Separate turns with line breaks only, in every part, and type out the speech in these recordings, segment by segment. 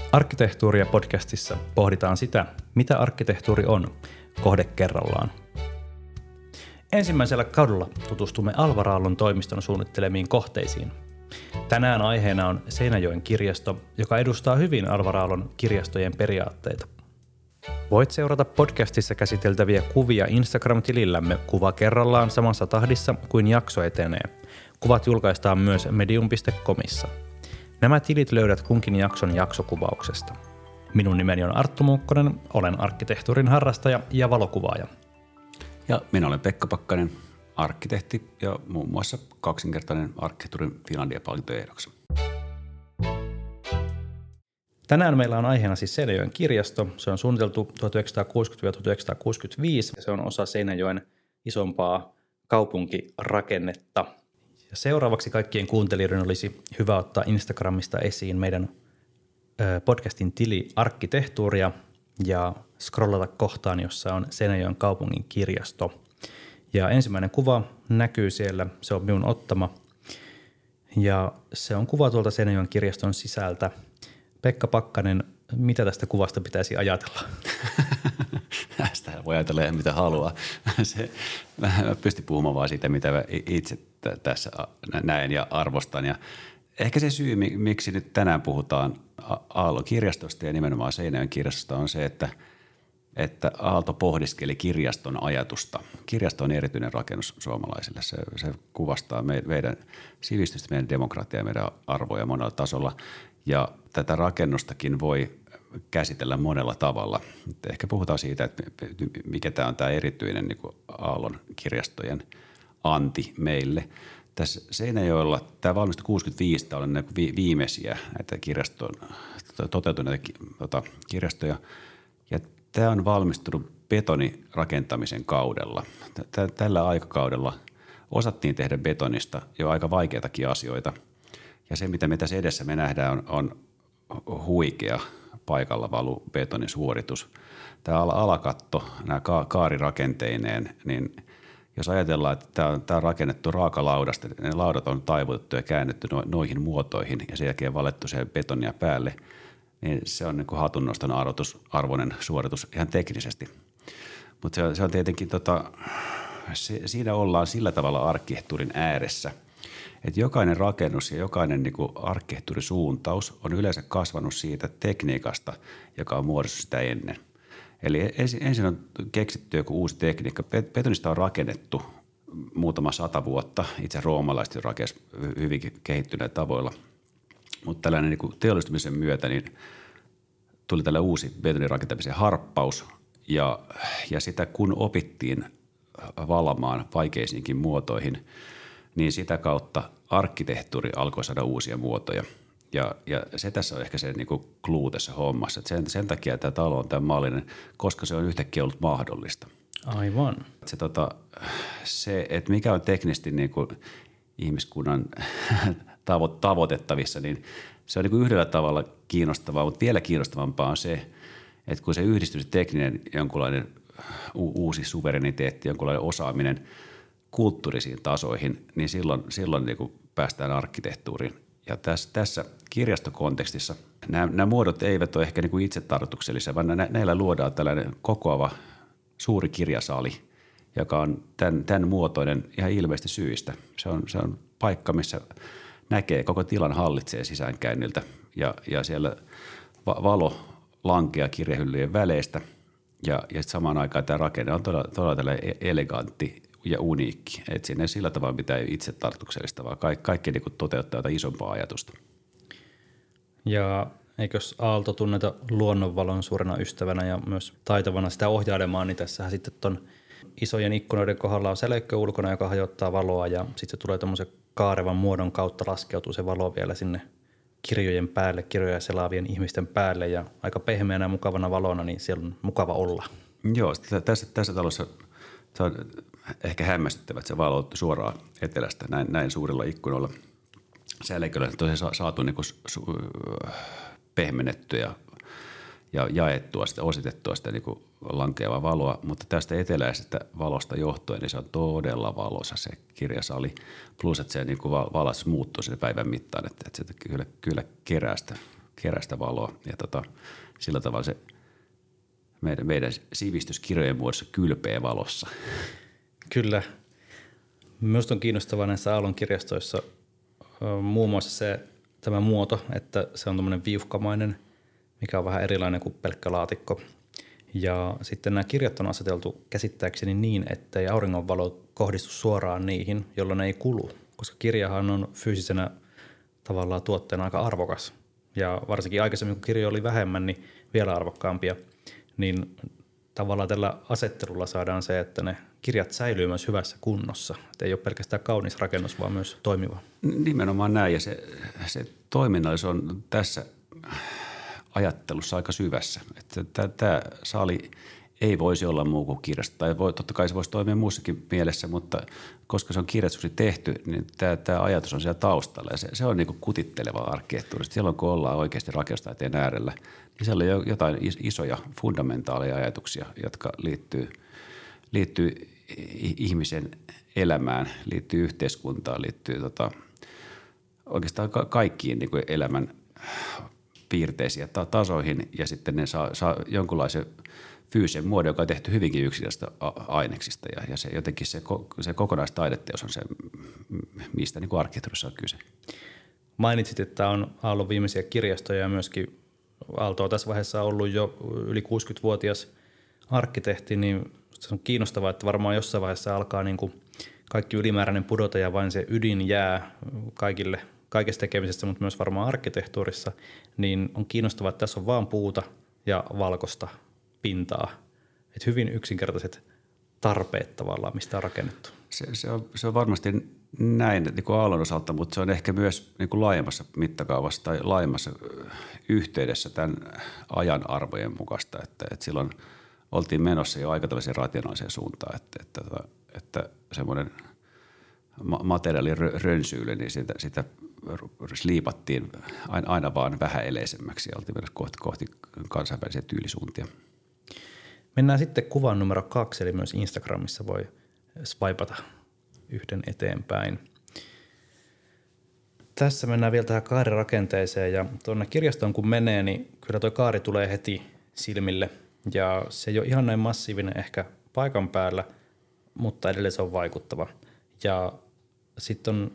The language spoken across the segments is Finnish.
Arkkitehtuuria podcastissa pohditaan sitä, mitä arkkitehtuuri on, kohde kerrallaan. Ensimmäisellä kaudella tutustumme Alvar Aallon toimiston suunnittelemiin kohteisiin. Tänään aiheena on Seinäjoen kirjasto, joka edustaa hyvin Alvar Aallon kirjastojen periaatteita. Voit seurata podcastissa käsiteltäviä kuvia Instagram-tilillämme kuva kerrallaan samassa tahdissa kuin jakso etenee. Kuvat julkaistaan myös medium.comissa. Nämä tilit löydät kunkin jakson jaksokuvauksesta. Minun nimeni on Arttu Muukkonen, olen arkkitehtuurin harrastaja ja valokuvaaja.
Ja minä olen Pekka Pakkanen, arkkitehti ja muun muassa kaksinkertainen arkkitehtuurin Finlandia-palkintoehdokas.
Tänään meillä on aiheena siis Seinäjoen kirjasto. Se on suunniteltu 1960-1965 ja se on osa Seinäjoen isompaa kaupunkirakennetta. Ja seuraavaksi kaikkien kuuntelijoiden olisi hyvä ottaa Instagramista esiin meidän podcastin tili Arkkitehtuuria ja scrollata kohtaan, jossa on Seinäjoen kaupungin kirjasto. Ja ensimmäinen kuva näkyy siellä, se on minun ottama ja se on kuva tuolta Seinäjoen kirjaston sisältä. Pekka Pakkanen, mitä tästä kuvasta pitäisi ajatella?
Tästä voi ajatella mitä haluaa. Mä pystyn puhumaan vaan siitä, mitä itse tässä näen ja arvostan. Ja ehkä se syy, miksi nyt tänään puhutaan Aallon kirjastosta ja nimenomaan Seinäjoen kirjastosta on se, että Aalto pohdiskeli kirjaston ajatusta. Kirjasto on erityinen rakennus suomalaisille. Se kuvastaa meidän sivistystä, meidän demokratiaa ja meidän arvoja monella tasolla. Ja tätä rakennustakin voi käsitellä monella tavalla. Ehkä puhutaan siitä, että mikä tämä on tämä erityinen niin kuin Aallon kirjastojen anti meille. Tässä Seinäjoella tämä valmistui 65, tämä on viimeisiä näitä toteutuneita kirjastoja. Ja tämä on valmistunut betonirakentamisen kaudella. Tällä aikakaudella osattiin tehdä betonista jo aika vaikeitakin asioita. Ja se, mitä me tässä edessä me nähdään, on huikea paikalla valu betonin suoritus. Tämä alakatto, nämä kaarirakenteineen, niin jos ajatellaan, että tämä on rakennettu raakalaudasta, ne laudat on taivutettu ja käännetty noihin muotoihin ja sen jälkeen valettu siihen betonia päälle, niin se on niin kuin hatunnoston arvoinen suoritus ihan teknisesti. Mutta se on tietenkin, siinä ollaan sillä tavalla arkkitehtuurin ääressä, että jokainen rakennus ja jokainen niin kuin arkkitehtuurisuuntaus on yleensä kasvanut siitä tekniikasta, joka on muodostunut sitä ennen. Eli ensin on keksitty joku uusi tekniikka. Betonista on rakennettu muutama 100 vuotta. Itse roomalaiset rakensi hyvin kehittyneillä tavoilla. Mutta tällainen niin kuin teollistumisen myötä niin tuli tällainen uusi betonin rakentamisen harppaus. Ja sitä kun opittiin valamaan vaikeisiinkin muotoihin, niin sitä kautta arkkitehtuuri alkoi saada uusia muotoja. Ja se tässä on ehkä se niin kuin clue tässä hommassa. Että sen takia tämä talo on tämän mallinen, koska se on yhtäkkiä ollut mahdollista.
Aivan.
Se että mikä on teknisesti niin kuin ihmiskunnan tavoitettavissa, niin se on niin kuin yhdellä tavalla kiinnostavaa, mutta vielä kiinnostavampaa on se, että kun se yhdistyy se tekninen jonkunlainen uusi suvereniteetti, jonkunlainen osaaminen kulttuurisiin tasoihin, niin silloin niin kuin päästään arkkitehtuuriin. Ja tässä kirjastokontekstissa nämä muodot eivät ole ehkä niin kuin itsetarkoituksellisia, vaan näillä luodaan tällainen kokoava suuri kirjasali, joka on tämän muotoinen ihan ilmeisesti syistä. Se on paikka, missä näkee koko tilan hallitsee sisäänkäynniltä ja siellä valo lankeaa kirjahyllyjen väleistä ja samaan aikaan tämä rakenne on todella tällainen elegantti ja uniikki. Että siinä ei sillä tavalla mitään itse tarkoituksellista, vaan kaikki niin kuin toteuttaa jotain isompaa ajatusta.
Ja eikös Aalto tunneta luonnonvalon suurena ystävänä ja myös taitavana sitä ohjailemaan, niin tässähän sitten ton isojen ikkunoiden kohdalla on sälökkö ulkona, joka hajottaa valoa ja sitten se tulee tommoisen kaarevan muodon kautta laskeutuu se valo vielä sinne kirjojen päälle, kirjoja selaavien ihmisten päälle ja aika pehmeänä ja mukavana valona, niin siellä on mukava olla. Joo,
tässä talossa se on ehkä hämmästyttävät se valo suoraan etelästä näin suurilla ikkunoilla. Sälököllä on tosiaan saatu niin kuin pehmennettyä ja jaettua sitä, ositettua sitä niin kuin lankeavaa valoa, mutta tästä eteläisestä valosta johtuen niin se on todella valoisa se kirjasali. Plus, että se niin kuin valas muuttuu sinne päivän mittaan, että se kyllä kerää sitä kerästä valoa. Ja sillä tavalla se meidän sivistyskirjojen muodossa kylpeä valossa.
Kyllä. Minusta on kiinnostavaa näissä Aallon kirjastoissa muun muassa tämä muoto, että se on tämmöinen viuhkamainen, mikä on vähän erilainen kuin pelkkä laatikko. Ja sitten nämä kirjat on aseteltu käsittääkseni niin, että ei auringonvalo kohdistu suoraan niihin, jolloin ne ei kulu, koska kirjahan on fyysisenä tavallaan tuotteena aika arvokas. Ja varsinkin aikaisemmin, kun kirjoja oli vähemmän, niin vielä arvokkaampia, niin tavallaan tällä asettelulla saadaan se, että ne kirjat säilyy myös hyvässä kunnossa. Että ei ole pelkästään kaunis rakennus, vaan myös toimiva.
Nimenomaan näin, ja se toiminnallisuus on tässä ajattelussa aika syvässä. Että tämä sali ei voisi olla muu kuin kirjasto. Tai totta kai se voisi toimia muussakin mielessä, mutta koska se on kirjastoksi tehty, niin tämä ajatus on siellä taustalla. Ja se on niin kuin kutitteleva arkkitehtuuri. Silloin kun ollaan oikeasti rakennustaiteen äärellä, niin siellä on jotain isoja fundamentaaleja ajatuksia, jotka liittyy ihmisen elämään, liittyy yhteiskuntaan, liittyy oikeastaan kaikkiin niin kuin elämän piirteisiä tasoihin, ja sitten ne saa jonkunlaisen fyysisen muodon, joka on tehty hyvinkin yksinäistä aineksista, ja se jotenkin se kokonaistaideteos on se, mistä niin kuin arkkitehtuurissa on kyse. Mainitsit,
että on Aallon viimeisiä kirjastoja, ja myöskin Aalto on tässä vaiheessa ollut jo yli 60-vuotias arkkitehti, niin se on kiinnostavaa, että varmaan jossain vaiheessa alkaa niin kuin kaikki ylimääräinen pudota ja vain se ydin jää kaikessa tekemisessä, mutta myös varmaan arkkitehtuurissa, niin on kiinnostavaa, että tässä on vaan puuta ja valkoista pintaa. Että hyvin yksinkertaiset tarpeet tavallaan, mistä on rakennettu.
Se on varmasti näin niin kuin Aallon osalta, mutta se on ehkä myös niin kuin laajemmassa mittakaavassa tai laajemmassa yhteydessä tämän ajan arvojen mukaista, että silloin oltiin menossa jo aika tällaiseen rationaaliseen suuntaan, että semmoinen materiaalin rönsyily, niin sitä liipattiin aina vaan vähäeleisemmäksi ja oltiin mennä kohti kansainvälisiä tyylisuuntia.
Mennään sitten kuvaan numero 2, eli myös Instagramissa voi swipata yhden eteenpäin. Tässä mennään vielä tähän kaarirakenteeseen, ja tuonne kirjastoon kun menee, niin kyllä tuo kaari tulee heti silmille, ja se ei ole ihan näin massiivinen ehkä paikan päällä, mutta edelleen se on vaikuttava. Ja sitten on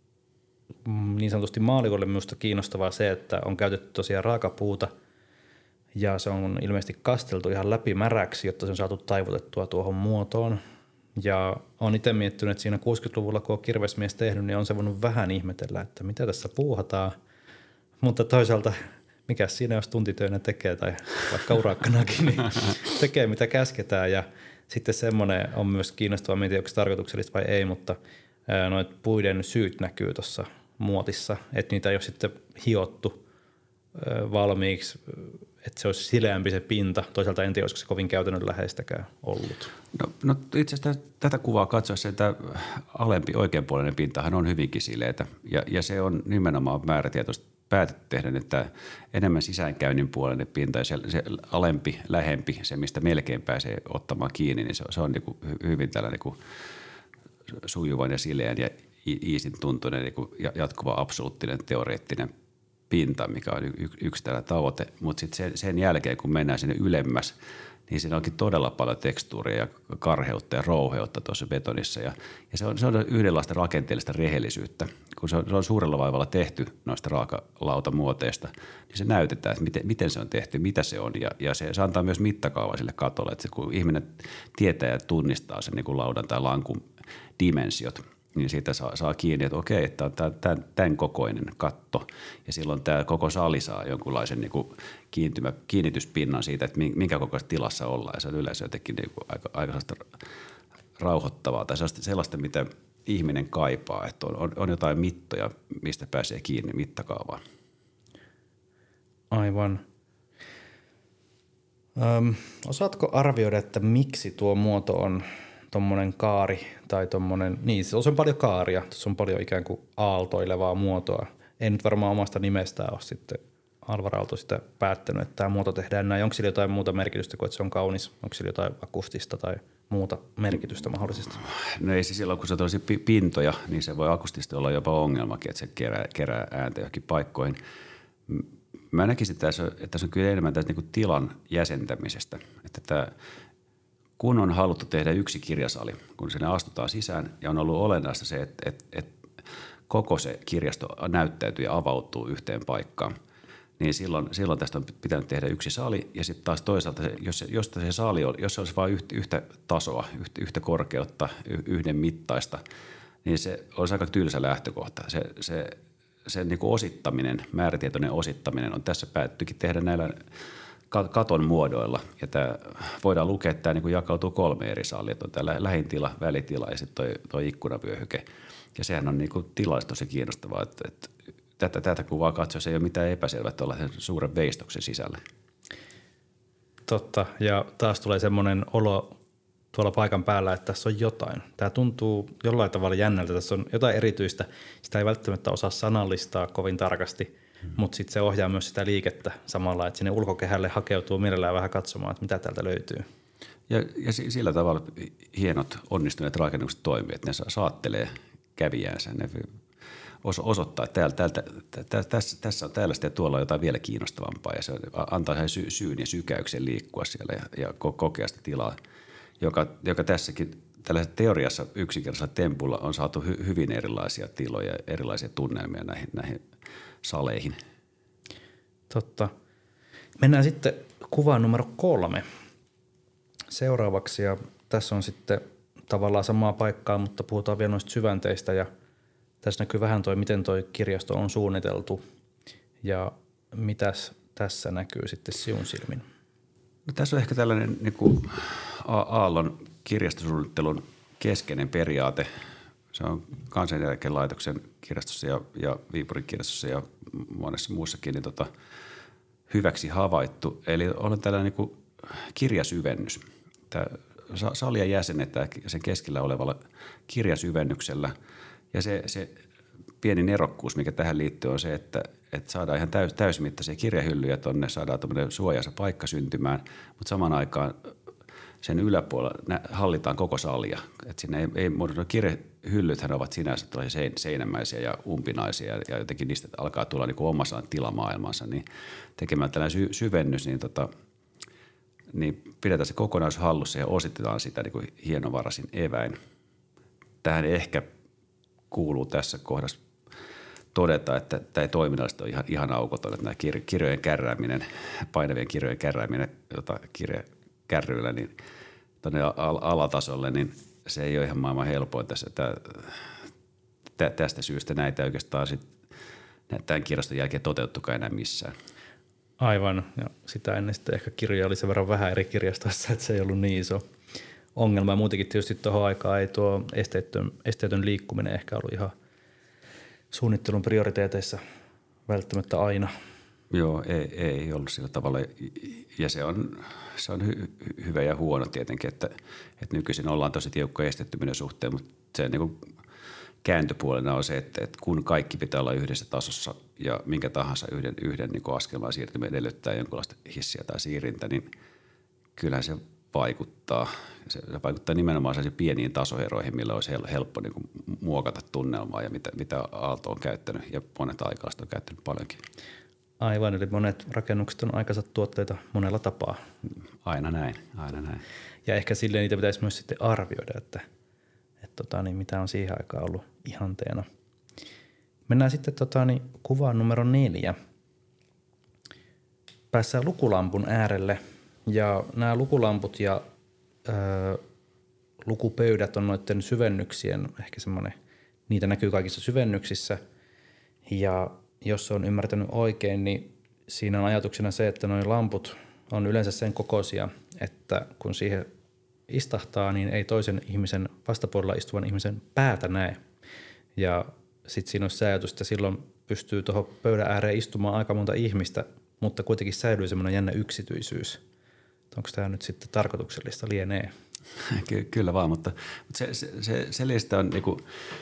niin sanotusti maalikolle minusta kiinnostavaa se, että on käytetty tosiaan raakapuuta, ja se on ilmeisesti kasteltu ihan läpimäräksi, jotta se on saatu taivutettua tuohon muotoon. Ja olen itse miettinyt, että siinä 60-luvulla, kun on kirvesmies tehnyt, niin on se voinut vähän ihmetellä, että mitä tässä puuhataan. Mutta toisaalta, mikä siinä jos tuntitöinä tekee tai vaikka urakkanakin, niin tekee mitä käsketään. Ja sitten semmoinen on myös kiinnostavaa, mietin, onko se tarkoituksellista vai ei, mutta noit puiden syyt näkyy tuossa muotissa, että niitä ei ole sitten hiottu valmiiksi, että se olisi sileämpi se pinta. Toisaalta en tiedä, olisiko se kovin käytännönläheistäkään ollut.
No itse asiassa tätä kuvaa katsoessa, että alempi oikeanpuoleinen pintahan on hyvinkin sileätä, ja se on nimenomaan määrätietoisesti päätetty tehdä, että enemmän sisäänkäynnin puolinen pinta ja se alempi, lähempi, se mistä melkein pääsee ottamaan kiinni, niin se on niin kuin hyvin tällainen niin sujuvan ja sileän ja iisin tuntuinen niin kuin jatkuva absoluuttinen teoreettinen pinta, mikä on yksi tällä tavoite, mutta sitten sen jälkeen, kun mennään sinne ylemmäs, niin siinä onkin todella paljon tekstuuria ja karheutta ja rouheutta tuossa betonissa. Ja se on yhdenlaista rakenteellista rehellisyyttä. Kun se on suurella vaivalla tehty noista raakalautamuoteista, niin se näytetään, että miten se on tehty, mitä se on. Ja se antaa myös mittakaavaa sille katolle, että kun ihminen tietää ja tunnistaa sen niin kuin laudan tai lankun dimensiot, niin siitä saa kiinni, että okei, että on tämän kokoinen katto. Ja silloin tämä koko sali saa jonkunlaisen niin kuin kiinnityspinnan siitä, että minkä kokoisessa tilassa ollaan. Ja se on yleensä jotenkin niin kuin aika rauhoittavaa tai sellaista, mitä ihminen kaipaa. Että on jotain mittoja, mistä pääsee kiinni mittakaavaan.
Aivan. Osaatko arvioida, että miksi tuo muoto on tommonen kaari tai tommonen, niin se on paljon kaaria, tuossa on paljon ikään kuin aaltoilevaa muotoa. Ei nyt varmaan omasta nimestään ole sitten Alvar Aalto sitä päättänyt, että tämä muoto tehdään näin. Onko sillä jotain muuta merkitystä kuin, että se on kaunis? Onko sillä jotain akustista tai muuta merkitystä mahdollisesti?
No ei se silloin, kun se on tosi pintoja, niin se voi akustisesti olla jopa ongelmakin, että se kerää ääntä johonkin paikkoihin. mä näkisin, että tässä on kyllä enemmän tästä niin tilan jäsentämisestä. Että kun on haluttu tehdä yksi kirjasali, kun sinne astutaan sisään ja on ollut olennaista se, että koko se kirjasto näyttäytyy ja avautuu yhteen paikkaan, niin silloin tästä on pitänyt tehdä yksi sali ja sitten taas toisaalta, jos se sali on, jos se olisi vain yhtä tasoa, yhtä korkeutta, yhden mittaista, niin se olisi aika tylsä lähtökohta. Se niin kuin osittaminen, määrätietoinen osittaminen on tässä päättyykin tehdä näillä katon muodoilla. Ja tämä, voidaan lukea, että tämä niin kuin jakautuu 3 eri salia. On tämä lähintila, välitila ja sitten tuo ikkunavyöhyke. Ja sehän on niin kuin tilallisesti tosi kiinnostavaa, että tätä kuvaa katsoessa ei ole mitään epäselvää tuolla suuren veistoksen sisällä.
Totta, ja taas tulee semmoinen olo tuolla paikan päällä, että tässä on jotain. Tämä tuntuu jollain tavalla jännältä, tässä on jotain erityistä. Sitä ei välttämättä osaa sanallistaa kovin tarkasti, mutta sitten se ohjaa myös sitä liikettä samalla, että sinne ulkokehälle hakeutuu mielellään vähän katsomaan, että mitä täältä löytyy. Ja
sillä tavalla hienot onnistuneet rakennukset toimii, että ne saattelee kävijäänsä. Ne osoittaa, että tässä on tällaista ja tuolla on jotain vielä kiinnostavampaa ja se antaa sen syyn ja sykäyksen liikkua siellä ja kokea sitä tilaa, joka tässäkin tällaisessa teoriassa yksinkertaisella tempulla on saatu hyvin erilaisia tiloja ja erilaisia tunnelmia näihin saleihin.
Totta. Mennään sitten kuvaan numero 3 seuraavaksi ja tässä on sitten tavallaan samaa paikkaa, mutta puhutaan vielä noista syvänteistä ja tässä näkyy vähän miten toi kirjasto on suunniteltu ja mitäs tässä näkyy sitten sinun silmin?
No, tässä on ehkä tällainen niin kuin Aallon kirjastosuunnittelun keskeinen periaate. Se on Kansaneläkelaitoksen kirjastossa ja Viipurin kirjastossa ja monessa muussakin niin hyväksi havaittu. Eli on tällainen niin kuin kirjasyvennys. Tämä salia jäsennetään sen keskellä olevalla kirjasyvennyksellä. Ja se pieni nerokkuus, mikä tähän liittyy, on se, että saadaan ihan täysimittaisia kirjahyllyjä tuonne, saadaan tuommoinen suojaisa paikka syntymään, mutta samaan aikaan sen yläpuolella hallitaan koko salia. Että siinä ei kirjahyllythän ovat sinänsä seinämäisiä ja umpinaisia ja jotenkin niistä alkaa tulla niin kuin omassa tilamaailmansa, niin tekemään tällainen syvennys, niin pidetään se kokonaisuus hallussa ja ositetaan sitä niin kuin hienovaraisin eväin. Tähän ehkä kuuluu tässä kohdassa todeta, että tämä ei toiminnallisesti ole ihan aukoton, että nämä kirjojen kärrääminen, painavien kirjojen kärrääminen kirjakärryillä niin tuonne alatasolle, niin se ei ole ihan maailman helpoin tässä. Tästä syystä näitä oikeastaan tämän kirjaston jälkeen toteuttukaan enää missään.
Aivan, ja sitä ennen sitten ehkä kirjoja oli sen verran vähän eri kirjastoissa, että se ei ollut niin iso ongelma. Ja muutenkin tietysti tuohon aikaan ei tuo esteetön liikkuminen ehkä ollut ihan suunnittelun prioriteeteissa välttämättä aina.
Joo, ei ollut sillä tavalla. Ja se on hyvä ja huono tietenkin, että nykyisin ollaan tosi tiukkoja esteettömyyden suhteen, mutta se niin kuin kääntöpuolena on se, että kun kaikki pitää olla yhdessä tasossa ja minkä tahansa yhden niin kuin askelmaan siirtyminen edellyttää jonkinlaista hissiä tai siirrintä, niin kyllähän se vaikuttaa. Se vaikuttaa nimenomaan sellaisiin pieniin tasoeroihin, millä olisi helppo niin kuin muokata tunnelmaa ja mitä Aalto on käyttänyt ja monet aikalaiset on käyttänyt paljonkin.
Aivan, eli monet rakennukset on aikansa tuotteita monella tapaa.
Aina näin.
Ja ehkä silleen niitä pitäisi myös sitten arvioida, että mitä on siihen aikaan ollut ihanteena. Mennään sitten kuvaan numero 4. Päässään lukulampun äärelle ja nämä lukulamput ja lukupöydät on noiden syvennyksien ehkä semmoinen, niitä näkyy kaikissa syvennyksissä ja jos on ymmärtänyt oikein, niin siinä on ajatuksena se, että nuo lamput on yleensä sen kokoisia, että kun siihen istahtaa, niin ei toisen ihmisen vastapuolella istuvan ihmisen päätä näe. Ja sitten siinä olisi se ajatus, että silloin pystyy tuohon pöydän ääreen istumaan aika monta ihmistä, mutta kuitenkin säilyy semmoinen jännä yksityisyys. Onko tämä nyt sitten tarkoituksellista lienee?
Kyllä vaan, mutta se lista on niinku,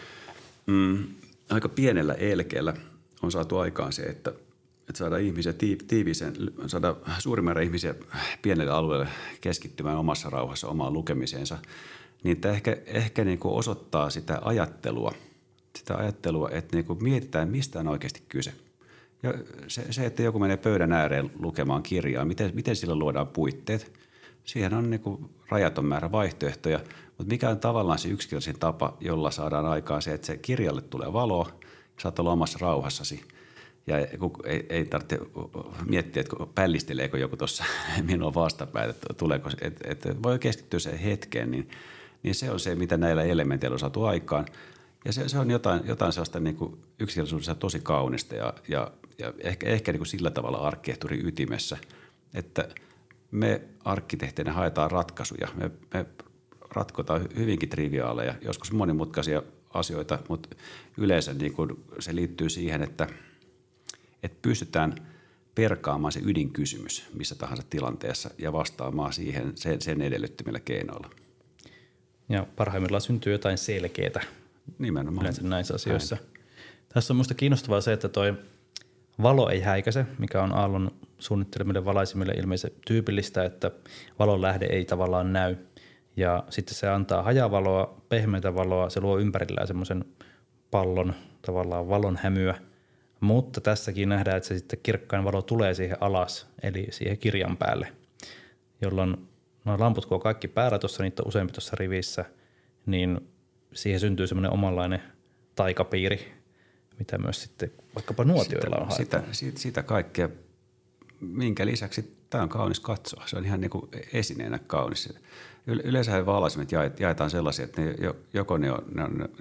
aika pienellä elkeellä on saatu aikaan se, että saadaan ihmisiä saada suuri määrä ihmisiä pienelle alueelle keskittymään omassa rauhassa omaan lukemiseensa, niin tämä ehkä niin kuin osoittaa sitä ajattelua, että niin kuin mietitään, mistä on oikeasti kyse. Ja se, että joku menee pöydän ääreen lukemaan kirjaa, miten sillä luodaan puitteet, siihen on niin kuin rajaton määrä vaihtoehtoja, mutta mikä on tavallaan se yksinkertaisin tapa, jolla saadaan aikaan se, että se kirjalle tulee valoa, saat olla omassa rauhassasi. Ja ei tarvitse miettiä, että pällisteleekö joku tuossa minua vastapäin, että tuleeko, että voi keskittyä siihen hetkeen, niin se on se, mitä näillä elementeillä on saatu aikaan. Ja se on jotain sellaista niin kuin yksinkertaisuudessa tosi kaunista ja ehkä niin kuin sillä tavalla arkkitehtuurin ytimessä, että me arkkitehteinä haetaan ratkaisuja. Me ratkotaan hyvinkin triviaaleja, joskus monimutkaisia asioita, mutta yleensä niin kuin se liittyy siihen, että pystytään perkaamaan se ydinkysymys missä tahansa tilanteessa ja vastaamaan siihen sen edellyttämillä keinoilla.
Ja parhaimmillaan syntyy jotain selkeää.
Nimenomaan.
Yleensä näissä asioissa. Tässä on minusta kiinnostavaa se, että toi valo ei häikäise, mikä on aallon suunnittelemille valaisimille ilmeisen tyypillistä, että valon lähde ei tavallaan näy. Ja sitten se antaa hajavaloa, pehmeätä valoa, se luo ympärillään semmoisen pallon, tavallaan valon hämyä. Mutta tässäkin nähdään, että se sitten kirkkain valo tulee siihen alas, eli siihen kirjan päälle, jolloin nuo lamput, kun on kaikki päällä tuossa, niitä on useampi tuossa rivissä, niin siihen syntyy semmoinen omanlainen taikapiiri, mitä myös sitten vaikkapa nuotioilla on haettu.
Sitä kaikkea, minkä lisäksi tämä on kaunis katsoa. Se on ihan niin kuin esineenä kaunis. Yleensä valaisimet jaetaan sellaisia, että joko ne on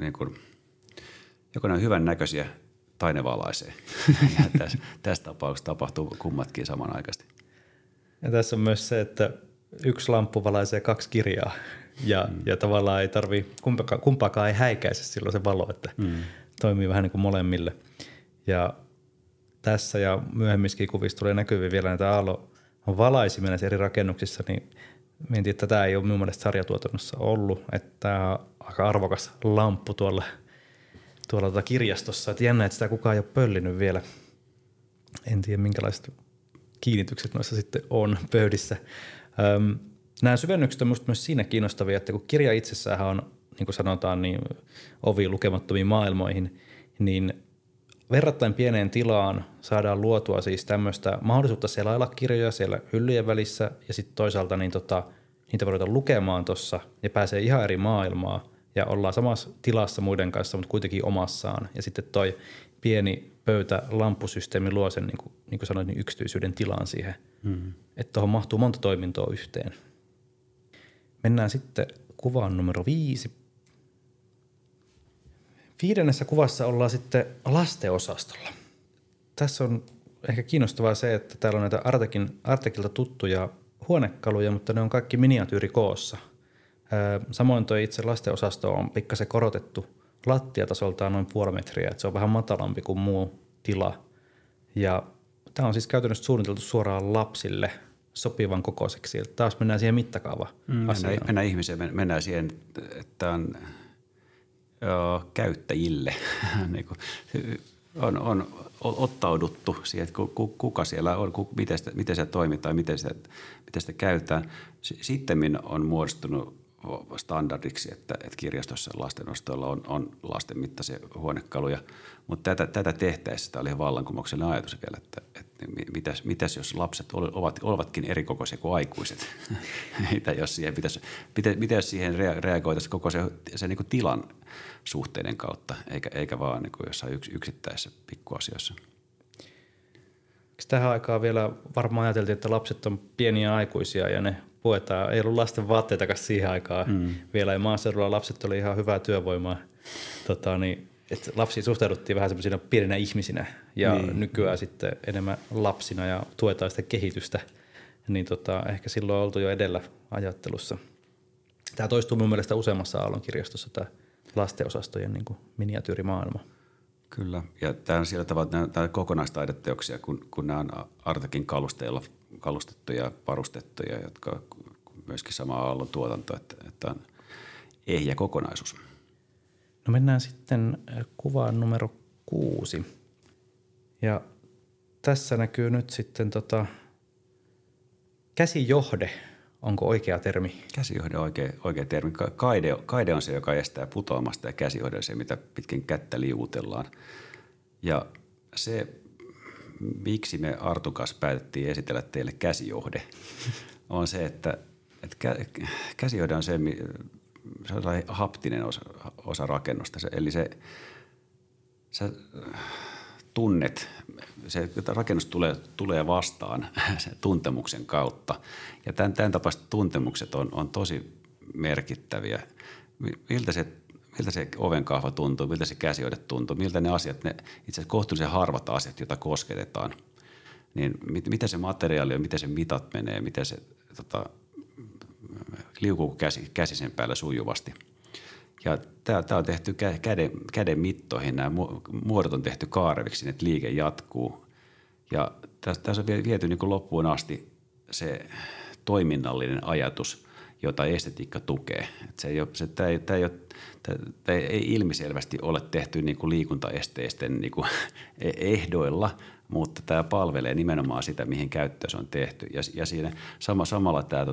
hyvän näköisiä tai ne valaisee. Tässä tapauksessa tapahtuu kummatkin samanaikaisesti.
Ja tässä on myös se, että yksi lamppu valaisee 2 kirjaa ja tavallaan ei kumpaakaan ei häikäise silloin se valo, että toimii vähän niin kuin molemmille. Ja tässä ja myöhemmissäkin kuvissa tulee näkyviin vielä näitä aallon valaisimia näissä eri rakennuksissa, niin mietin, että tätä ei ole minun mielestä sarjatuotannossa ollut, että tämä on aika arvokas lamppu tuolla kirjastossa. Että jännä, että sitä kukaan ei ole pöllinyt vielä. En tiedä, minkälaiset kiinnitykset noissa sitten on pöydissä. Nämä syvennykset on minusta myös siinä kiinnostavia, että kun kirja itsessään on, niin kuin sanotaan, niin ovi lukemattomiin maailmoihin, niin verrattain pieneen tilaan saadaan luotua siis tämmöistä mahdollisuutta selailla kirjoja siellä hyllyjen välissä ja sitten toisaalta niin niitä voidaan lukemaan tuossa ja pääsee ihan eri maailmaa ja ollaan samassa tilassa muiden kanssa, mutta kuitenkin omassaan. Ja sitten toi pieni pöytä-lamppusysteemi luo sen, niin kuin sanoin, niin yksityisyyden tilaan siihen, että tuohon mahtuu monta toimintoa yhteen. Mennään sitten kuvaan numero 5. 5. kuvassa ollaan sitten lastenosastolla. Tässä on ehkä kiinnostavaa se, että täällä on näitä Artekilta tuttuja huonekaluja, mutta ne on kaikki miniatyyrikoossa. Samoin tuo itse lastenosasto on pikkasen korotettu lattiatasoltaan noin 0,5 metriä, että se on vähän matalampi kuin muu tila. Ja tämä on siis käytännössä suunniteltu suoraan lapsille sopivan kokoiseksi. Taas mennään siihen mittakaava-asiaan.
Mennään ihmiseen, mennään siihen, että on käyttäjille. on ottauduttu siihen, että kuka siellä on, miten se toimitaan, miten sitä käytetään. Sitten on muodostunut standardiksi, että kirjastossa lastenostoilla on lasten mittaisia huonekaluja, mutta tätä tehtäessä tämä oli ihan vallankumouksellinen ajatus vielä, että mitäs jos lapset ovatkin eri kokoisia kuin aikuiset, mitä jos siihen reagoitaisiin koko se niin kuin tilan suhteiden kautta, eikä vaan niin kuin jossain yksittäisissä pikkuasioissa.
Tähän aikaan vielä varmaan ajateltiin, että lapset on pieniä aikuisia ja ne puetaan. Ei ollut lasten vaatteitakaan siihen aikaan vielä. Ja maaseudulla lapset oli ihan hyvää työvoimaa. Että lapsiin suhtauduttiin vähän semmoisina pieninä ihmisinä ja nykyään sitten enemmän lapsina ja tuetaan sitä kehitystä. Niin ehkä silloin on oltu jo edellä ajattelussa. Tämä toistuu mun mielestä useammassa Aallon kirjastossa, tämä lastenosastojen niin kuin miniatyyrimaailma.
Kyllä, ja tämä on sillä tavalla, että nämä kokonaistaideteoksia, kun nämä on Artekin kalusteilla kalustettuja ja varustettuja, jotka myöskin sama Aallon tuotanto, että on ehjä kokonaisuus.
No mennään sitten kuvaan numero 6. Ja tässä näkyy nyt sitten käsijohde. Onko oikea termi?
Käsijohde on oikea termi. Kaide on se, joka estää putoamasta ja käsijohde on se, mitä pitkin kättä liuutellaan. Ja se miksi me Artun kanssa päätettiin esitellä teille käsijohde, on se, että käsijohde on se on haptinen osa rakennusta. Eli sä tunnet, se rakennus tulee vastaan sen tuntemuksen kautta. Ja tämän tapaiset tuntemukset on tosi merkittäviä. Miltä se ovenkahva tuntuu, miltä se käsijohde tuntuu, miltä ne asiat, ne itse asiassa kohtuullisen harvat asiat, joita kosketetaan, niin miten se materiaali on, miten se mitat menee, miten se liukuu käsi sen päällä sujuvasti. Ja tämä on tehty käden mittoihin, nämä muodot on tehty kaareviksi, että liike jatkuu. Ja tässä on viety niin kuin loppuun asti se toiminnallinen ajatus, jota estetiikka tukee. Tämä ei ilmiselvästi ole tehty niin kuin liikuntaesteisten niin kuin ehdoilla, mutta tämä palvelee nimenomaan sitä, mihin käyttöön se on tehty. Ja siinä samalla tämä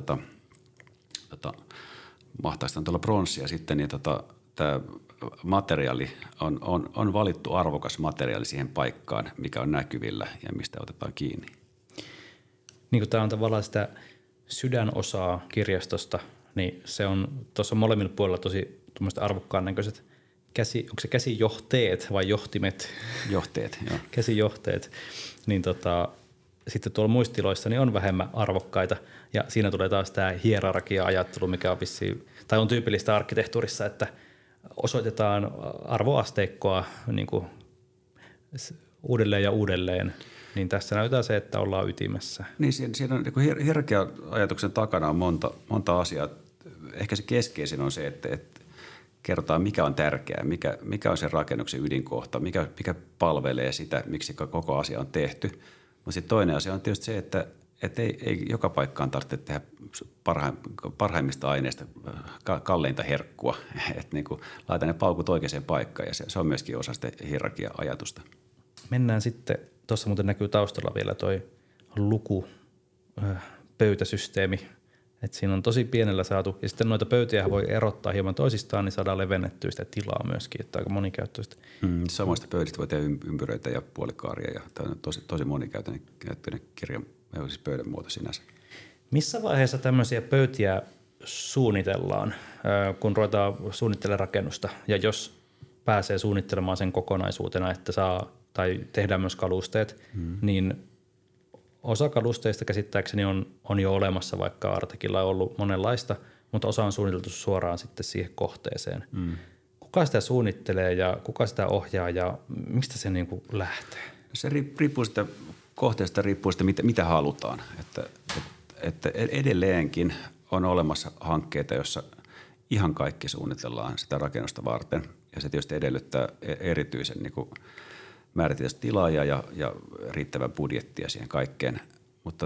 mahtaisi tuolla pronssia sitten, niin tämä materiaali on valittu arvokas materiaali siihen paikkaan, mikä on näkyvillä ja mistä otetaan kiinni.
Niin kuin tämä on tavallaan sitä sydänosaa kirjastosta, niin se on tuossa molemmilla puolilla tosi arvokkaan näköiset onko se käsijohteet vai johtimet?
Johteet, joo.
Käsijohteet. Niin sitten tuolla muistiloissa niin on vähemmän arvokkaita ja siinä tulee taas tämä hierarkia-ajattelu, mikä on tai on tyypillistä arkkitehtuurissa, että osoitetaan arvoasteikkoa niin kuin uudelleen ja uudelleen. Niin tässä näytetään se, että ollaan ytimessä.
Niin siinä on niin hierarkia-ajatuksen takana on monta asiaa. Ehkä se keskeisin on se, että kerrotaan mikä on tärkeää, mikä on sen rakennuksen ydinkohta, mikä palvelee sitä, miksi koko asia on tehty. Mutta sitten toinen asia on tietysti se, että ei joka paikkaan tarvitse tehdä parhaimmista aineista kalleinta herkkua. Että niin laita ne paukut oikeaan paikkaan ja se on myöskin osa sitä hierarkia-ajatusta.
Mennään sitten, tuossa muuten näkyy taustalla vielä toi lukupöytäsysteemi. Että siinä on tosi pienellä saatu, ja sitten noita pöytiä voi erottaa hieman toisistaan, niin saadaan levennettyä sitä tilaa myöskin, että aika monikäyttöistä.
Samoista pöydistä voi tehdä ympyröitä ja puolikaaria, ja tämä on tosi monikäyttöinen kirjan, siis pöydän muoto sinänsä.
Missä vaiheessa tämmöisiä pöytiä suunnitellaan, kun ruvetaan suunnittelemaan rakennusta, ja jos pääsee suunnittelemaan sen kokonaisuutena, että tai tehdään myös kalusteet, niin osa kalusteista käsittääkseni on jo olemassa, vaikka Artekilla on ollut monenlaista, mutta osa on suunniteltu suoraan sitten siihen kohteeseen. Kuka sitä suunnittelee ja kuka sitä ohjaa ja mistä se niin kuin lähtee?
Se riippuu sitä kohteesta, riippuu sitä mitä halutaan. Että edelleenkin on olemassa hankkeita, jossa ihan kaikki suunnitellaan sitä rakennusta varten. Ja se tietysti edellyttää erityisen niin kuin määrätietoista tilaajaa ja riittävää budjettia siihen kaikkeen. Mutta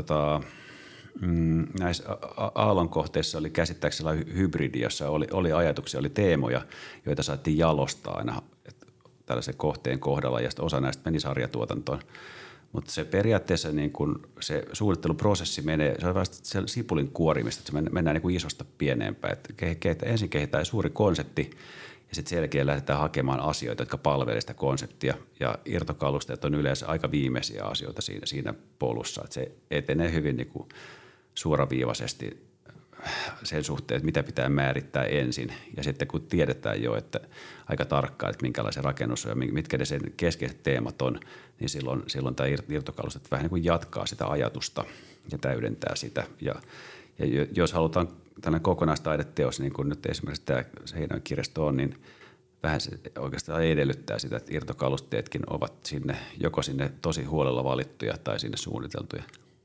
näissä Aallon kohteissa oli käsittääkseni hybridi, jossa oli ajatuksia, oli teemoja, joita saatiin jalostaa aina tällaisen kohteen kohdalla ja osa näistä meni sarjatuotantoon. Mutta se periaatteessa niin kun se suunnitteluprosessi menee, se on vasta sipulin kuorimista, että se mennään niin kuin isosta pienempään. Ensin kehitetään suuri konsepti ja sitten sen jälkeen lähdetään hakemaan asioita, jotka palvelevat sitä konseptia. Ja irtokalusteet on yleensä aika viimeisiä asioita siinä polussa. Että se etenee hyvin niin kuin suoraviivaisesti sen suhteen, että mitä pitää määrittää ensin. Ja sitten kun tiedetään jo, että aika tarkkaan, että minkälainen rakennus on ja mitkä ne sen keskeiset teemat on, niin silloin tämä irtokalustet vähän niin kuin jatkaa sitä ajatusta ja täydentää sitä. Ja jos halutaan tällainen kokonaistaideteos, niin kuin nyt esimerkiksi tämä Seinäjoen kirjasto on, niin vähän se oikeastaan edellyttää sitä, että irtokalusteetkin ovat joko sinne tosi huolella valittuja tai sinne suunniteltuja.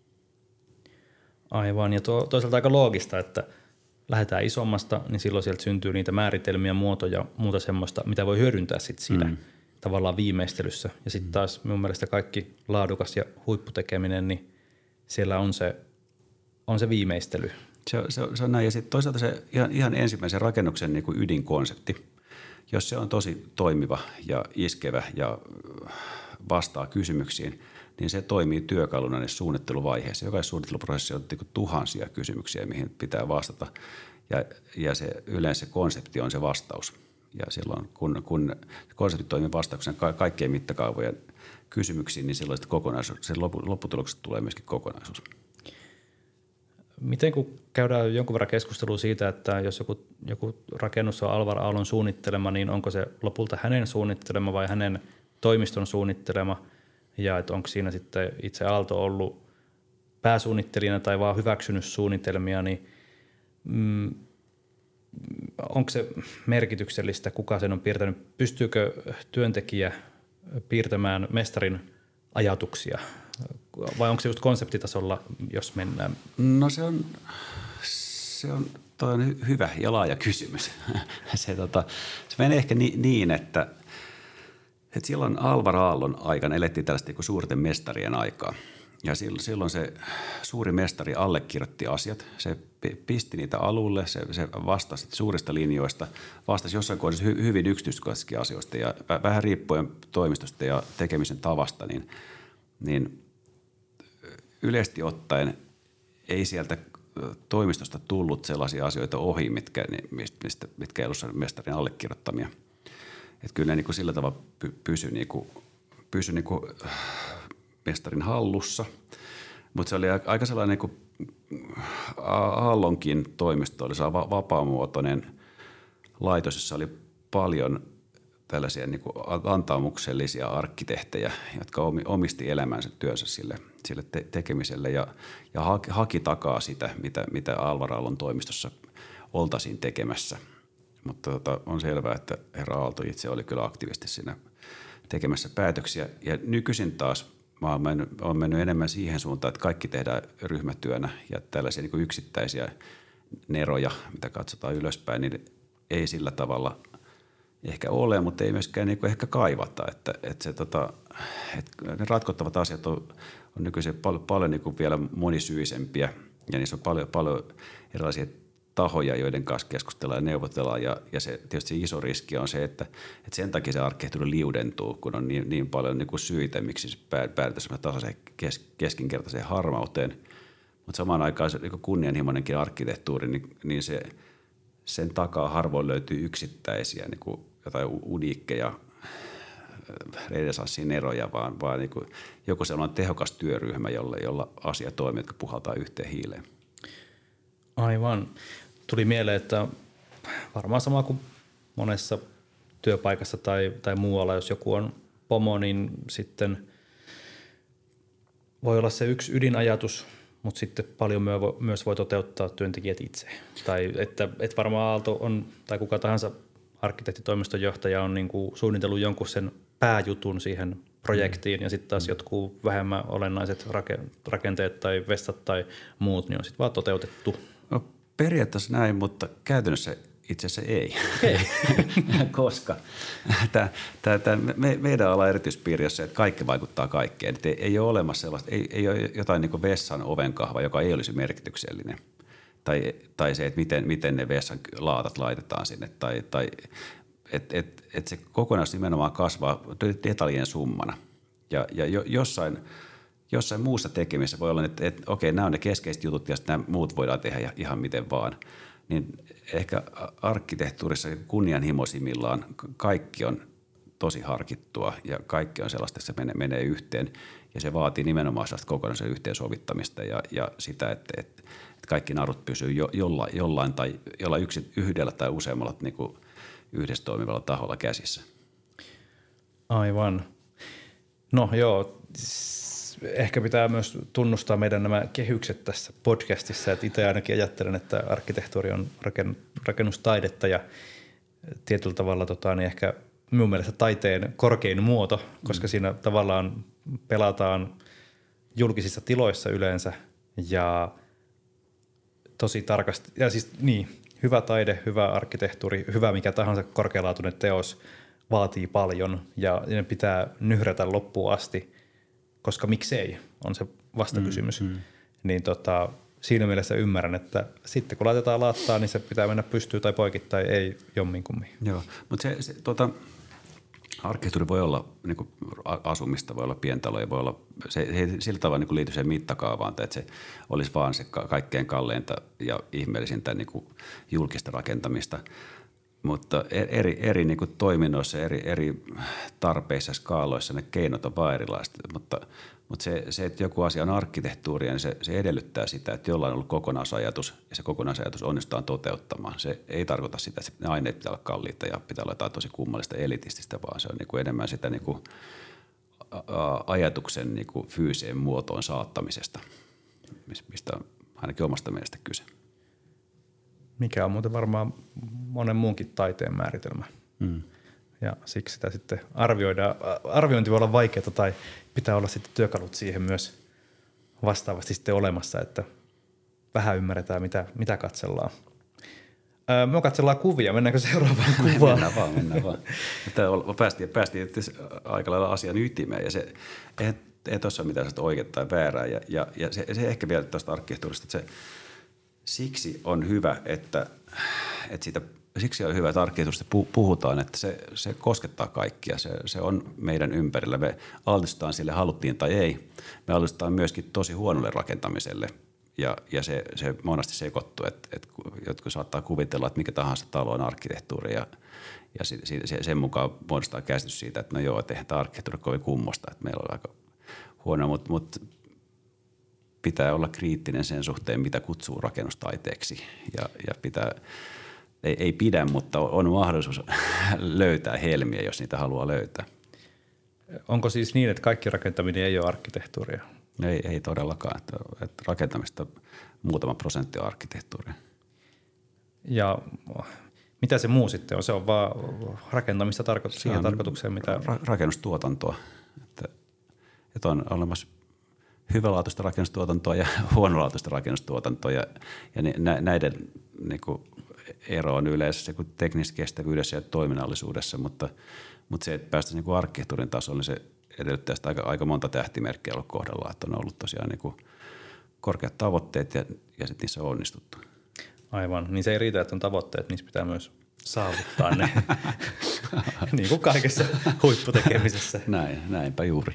Aivan, ja toisaalta aika loogista, että lähdetään isommasta, niin silloin sieltä syntyy niitä määritelmiä, muotoja, muuta semmoista, mitä voi hyödyntää sitten siinä tavallaan viimeistelyssä. Ja sitten taas minun mielestä kaikki laadukas ja huipputekeminen, niin siellä on se viimeistely.
Se on näin, ja sitten toisaalta se ihan ensimmäisen rakennuksen niin kuin ydinkonsepti, jos se on tosi toimiva ja iskevä ja vastaa kysymyksiin, niin se toimii työkaluna näissä suunnitteluvaiheissa. Jokaisessa suunnitteluprosessissa on tuhansia kysymyksiä, mihin pitää vastata, ja yleensä se konsepti on se vastaus. Ja silloin, kun konsepti toimii vastauksena kaikkien mittakaavojen kysymyksiin, niin silloin sen lopputuloksesta tulee myöskin kokonaisuus.
Miten kun käydään jonkun verran keskustelua siitä, että jos joku rakennus on Alvar Aallon suunnittelema, niin onko se lopulta hänen suunnittelema vai hänen toimiston suunnittelema, ja että onko siinä sitten itse Aalto ollut pääsuunnittelijana tai vaan hyväksynyt suunnitelmia, niin onko se merkityksellistä, kuka sen on piirtänyt? Pystyykö työntekijä piirtämään mestarin ajatuksia vai onko se just konseptitasolla, jos mennään?
No se on hyvä ja laaja kysymys. se menee ehkä niin, että silloin Alvar Aallon aikana elettiin tällaista niin suurten mestarien aikaa. Ja silloin se suuri mestari allekirjoitti asiat, se pisti niitä alulle, se vastasi suurista linjoista, vastasi jossain kohdassa hyvin yksityiskohtaisista asioista ja vähän riippuen toimistosta ja tekemisen tavasta, niin yleisesti ottaen ei sieltä toimistosta tullut sellaisia asioita ohi, mitkä ei ollut sen mestarin allekirjoittamia. Että kyllä ne niin kuin sillä tavalla pysyi niin kuin mestarin hallussa, mutta se oli aika sellainen niin kuin Aallonkin toimisto oli vapaamuotoinen laitos, jossa oli paljon tällaisia niin kuin antaumuksellisia arkkitehtejä, jotka omisti elämänsä työnsä sille tekemiselle ja haki takaa sitä, mitä Alvar Aallon toimistossa oltaisiin tekemässä. Mutta on selvää, että herra Aalto itse oli kyllä aktiivisesti siinä tekemässä päätöksiä. Ja nykyisin taas mä oon mennyt enemmän siihen suuntaan, että kaikki tehdään ryhmätyönä ja tällaisia niin kuin yksittäisiä neroja, mitä katsotaan ylöspäin, niin ei sillä tavalla ehkä ole, mutta ei myöskään niin kuin ehkä kaivata. Että ne ratkottavat asiat on nykyisin paljon niin kuin vielä monisyisempiä ja niissä on paljon erilaisia tahoja, joiden kanssa keskustellaan ja neuvotellaan ja se tietysti se iso riski on se, että sen takia se arkkitehtuuri liudentuu, kun on niin paljon niin kuin syitä, miksi se päädytään tasaiseen keskinkertaiseen harmauteen. Mutta samaan aikaan se niin kunnianhimoinenkin arkkitehtuuri, niin sen takaa harvoin löytyy yksittäisiä niin kuin jotain uniikkeja renesanssin eroja, vaan niin kuin joku sellainen tehokas työryhmä, jolla asia toimii, jotka puhaltaa yhteen hiileen.
Aivan. Tuli mieleen, että varmaan sama kuin monessa työpaikassa tai muualla, jos joku on pomo, niin sitten voi olla se yksi ydinajatus, mutta sitten paljon myös voi toteuttaa työntekijät itse. Tai että varmaan Aalto on, tai kuka tahansa arkkitehtitoimiston johtaja on niin kuin suunnitellut jonkun sen pääjutun siihen projektiin ja sitten taas jotkut vähemmän olennaiset rakenteet tai vestat tai muut, niin on sitten vaan toteutettu.
No, periaatteessa näin, mutta käytännössä itse asiassa ei. Koska meidän ala erityispiiri on se, että kaikki vaikuttaa kaikkeen. Et ei ole olemassa sellaista, ei ole jotain niin kuin vessan ovenkahva, joka ei olisi merkityksellinen. Tai se, että miten ne vessan laatat laitetaan sinne. Tai että se kokonaisuus nimenomaan kasvaa detaljien summana. Ja jossain muussa tekemisessä voi olla, että okei, nämä on ne keskeiset jutut ja nämä muut voidaan tehdä ihan miten vaan. Niin ehkä arkkitehtuurissa kunnianhimoisimmillaan kaikki on tosi harkittua ja kaikki on sellaista, että se menee yhteen. Ja se vaatii nimenomaan sellaista kokonaisen yhteensovittamista ja sitä, että kaikki narut pysyy jollain tai yhdellä tai useammalla niin kuin yhdessä toimivalla taholla käsissä.
Aivan. No joo, ehkä pitää myös tunnustaa meidän nämä kehykset tässä podcastissa, että itse ainakin ajattelen, että arkkitehtuuri on rakennustaidetta ja tietyllä tavalla niin ehkä minun mielestä taiteen korkein muoto, koska siinä tavallaan pelataan julkisissa tiloissa yleensä ja tosi tarkasti, ja siis niin, hyvä taide, hyvä arkkitehtuuri, hyvä mikä tahansa korkealaatuinen teos vaatii paljon ja ne pitää nyhrätä loppuun asti, koska miksei on se vastakysymys. Niin siinä mielessä ymmärrän, että sitten kun laitetaan laattaa, niin se pitää mennä pystyyn tai poikki tai ei jomminkummin.
Joo, mutta arkkitehtuuri voi olla niin kuin asumista, voi olla pientaloja, voi olla, se ei sillä tavalla niin kuin liity siihen mittakaavaan, että se olisi vaan se kaikkein kalleinta ja ihmeellisintä niin kuin julkista rakentamista. mutta eri niin kuin toiminnoissa, eri tarpeissa ja skaaloissa ne keinot on vaan erilaiset. Mutta se, että joku asia on arkkitehtuuria, niin se edellyttää sitä, että jollain on ollut kokonaisajatus ja se kokonaisajatus onnistutaan toteuttamaan. Se ei tarkoita sitä, että ne aineet pitää olla kalliita ja pitää olla jotain tosi kummallista elitististä, vaan se on niin kuin enemmän sitä niin kuin ajatuksen niin kuin fyysiseen muotoon saattamisesta, mistä on ainakin omasta mielestä kyse.
Mikä on muuten varmaan monen muunkin taiteen määritelmä. Ja siksi sitä sitten arviointi voi olla vaikeaa tai pitää olla sitten työkalut siihen myös vastaavasti sitten olemassa, että vähän ymmärretään, mitä katsellaan. Me katsellaan kuvia. Mennäänkö seuraavaan kuvaan?
Mennään vaan. Päästiin aika lailla asian ytimeen ja se ei tuossa ole mitään oikeaa tai väärää. Ja se ehkä vielä tuosta arkkitehtuurista, että siksi on hyvä, että arkkitehtuurista puhutaan, että se koskettaa kaikkia. Se on meidän ympärillä. Me altistutaan sille, haluttiin tai ei. Me altistutaan myöskin tosi huonolle rakentamiselle. Ja se monesti sekoittuu, että jotkut saattaa kuvitella, että mikä tahansa talo on arkkitehtuuri ja sen mukaan muodostaa käsitys siitä, että no joo, että eihän tämä arkkitehtuuri kovin kummosta, että meillä on aika huono, mutta pitää olla kriittinen sen suhteen, mitä kutsuu rakennustaiteeksi ja pitää, ei pidä, mutta on mahdollisuus löytää helmiä, jos niitä haluaa löytää.
Onko siis niin, että kaikki rakentaminen ei ole arkkitehtuuria?
Ei todellakaan. Että rakentamista muutama prosentti on arkkitehtuuria.
Ja mitä se muu sitten on? Se on vaan rakentamista siihen tarkoitukseen, mitä...
Rakennustuotantoa. Että on olemassa hyvälaatuista rakennustuotantoa ja huonolaatuista rakennustuotantoa. Ja näiden niin kuin ero on yleensä se teknisessä kestävyydessä ja toiminnallisuudessa, mutta se, että päästäisiin niin kuin arkkitehtuurin tasolle, niin se edellyttää sitä aika monta tähtimerkkiä ollut kohdalla, että on ollut tosiaan niin kuin korkeat tavoitteet ja sitten niissä on onnistuttu.
Aivan, niin se ei riitä, että on tavoitteet, niissä pitää myös saavuttaa ne, niin kuin kaikessa huipputekemisessä.
Näinpä juuri.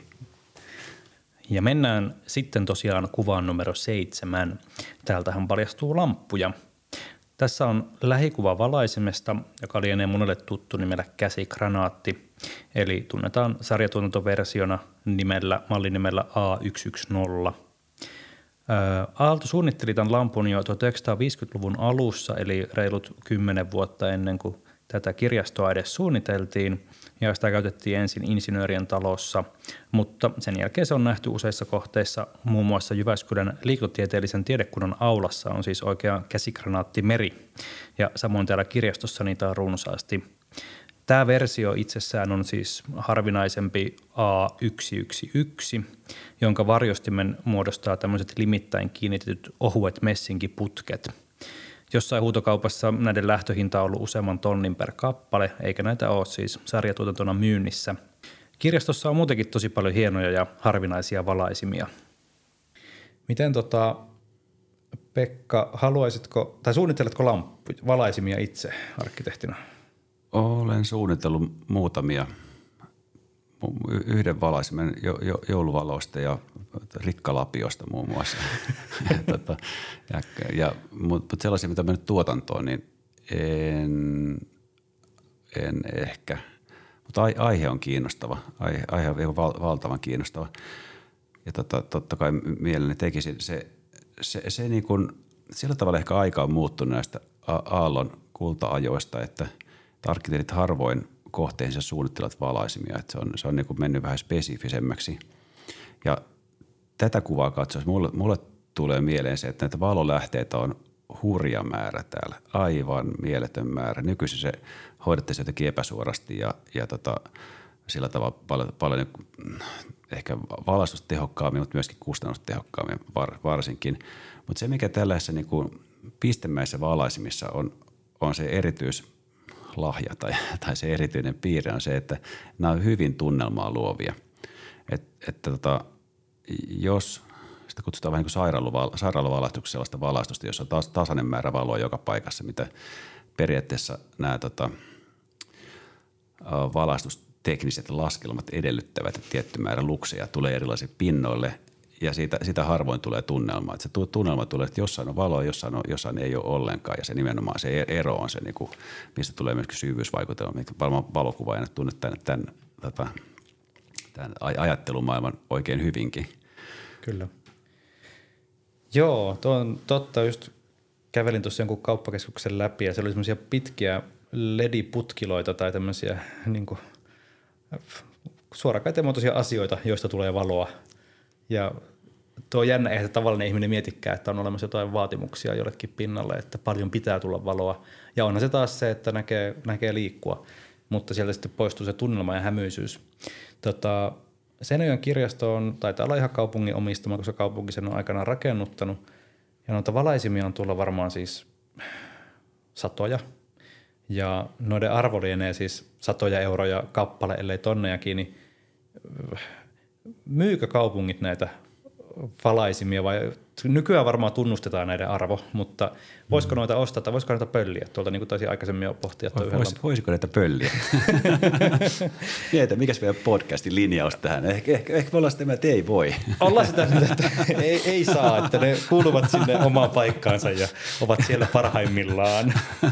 Ja mennään sitten tosiaan kuvaan numero 7. Täältähän paljastuu lamppuja. Tässä on lähikuva valaisimesta, joka lienee monelle tuttu nimellä käsikranaatti, eli tunnetaan sarjatuotantoversiona mallinimellä A110. Aalto suunnitteli tämän lampun jo 1950-luvun alussa, eli reilut 10 vuotta ennen kuin tätä kirjastoa edes suunniteltiin, ja sitä käytettiin ensin insinöörien talossa, mutta sen jälkeen se on nähty useissa kohteissa, muun muassa Jyväskylän liikutieteellisen tiedekunnan aulassa on siis oikea käsikranaattimeri, ja samoin täällä kirjastossa niitä on runsaasti. Tämä versio itsessään on siis harvinaisempi A111, jonka varjostimen muodostaa tämmöiset limittäin kiinnitetyt ohuet messinkiputket. Jossain huutokaupassa näiden lähtöhinta on ollut useamman tonnin per kappale, eikä näitä ole siis sarjatuotantona myynnissä. Kirjastossa on muutenkin tosi paljon hienoja ja harvinaisia valaisimia. Miten Pekka, haluaisitko tai suunnitteletko valaisimia itse arkkitehtina?
Olen suunnitellut muutamia. Yhden valaisimen jouluvaloista ja rikkalapiosta muun muassa. Mutta sellaisia, mitä mennyt tuotantoon, niin en ehkä. Mutta aihe on kiinnostava. Aihe on ihan valtavan kiinnostava. Ja totta kai mielelläni tekisin. Se niin kuin, sillä tavalla ehkä aika on muuttunut näistä aallon kulta-ajoista, että arkkitehtit harvoin kohteensa suunnittelevat valaisimia, että se on niin kuin mennyt vähän spesifisemmäksi. Ja tätä kuvaa katsoessa mulle tulee mieleen se, että näitä valolähteitä on hurja määrä täällä, aivan mieletön määrä. Nykyisin se hoidettaisiin jotenkin epäsuorasti ja sillä tavalla paljon ehkä valaistustehokkaammin, mutta myöskin kustannustehokkaammin varsinkin. Mutta se, mikä tällaisessa niin kuin pistemäisissä valaisimissa on se erityislahja tai se erityinen piirre on se, että nämä on hyvin tunnelmaa luovia. Jos sitä kutsutaan vähän niin kuin sairaalavalaistukseksi sellaista valaistusta, jossa on tasainen määrä valoa joka paikassa, mitä periaatteessa nämä valaistustekniset laskelmat edellyttävät, että tietty määrä lukseja tulee erilaisille pinnoille ja siitä harvoin tulee tunnelma. Että se tunnelma tulee, että jossain on valoa, jossain ei ole ollenkaan. Ja se nimenomaan se ero on se, niin kuin, mistä tulee myöskin syvyysvaikutelma, mikä varmaan valokuvaajana tunnet tämän ajattelumaailman oikein hyvinkin.
Kyllä. Joo, tuo on totta. Just kävelin tuossa jonkun kauppakeskuksen läpi ja siellä oli semmoisia pitkiä lediputkiloita tai tämmöisiä niin kuin suorakaiteen-muotoisia asioita, joista tulee valoa. Ja tuo on jännä, eihän tavallinen ihminen mietikään, että on olemassa jotain vaatimuksia jollekin pinnalle, että paljon pitää tulla valoa. Ja onhan se taas se, että näkee liikkua, mutta sieltä sitten poistuu se tunnelma ja hämyisyys. Seinäjoen kirjasto taitaa olla ihan kaupungin omistama, koska kaupunki sen on aikanaan rakennuttanut. Ja noita valaisimia on tuolla varmaan siis satoja. Ja noiden arvo lienee siis satoja euroja kappale, ellei tonnejakin, niin myykö kaupungit näitä valaisimia vai nykyään varmaan tunnustetaan näiden arvo, mutta voisiko noita ostaa tai voisiko noita pölliä? Tuolta niin kuin taisin aikaisemmin jo pohtia.
Voisiko näitä pölliä? Mietitä, mikäs meidän podcastin linjaus tähän? Ehkä me ollaan sitä, että ei voi.
Ollaan sitä, että ei saa, että ne kuuluvat sinne omaan paikkaansa ja ovat siellä parhaimmillaan.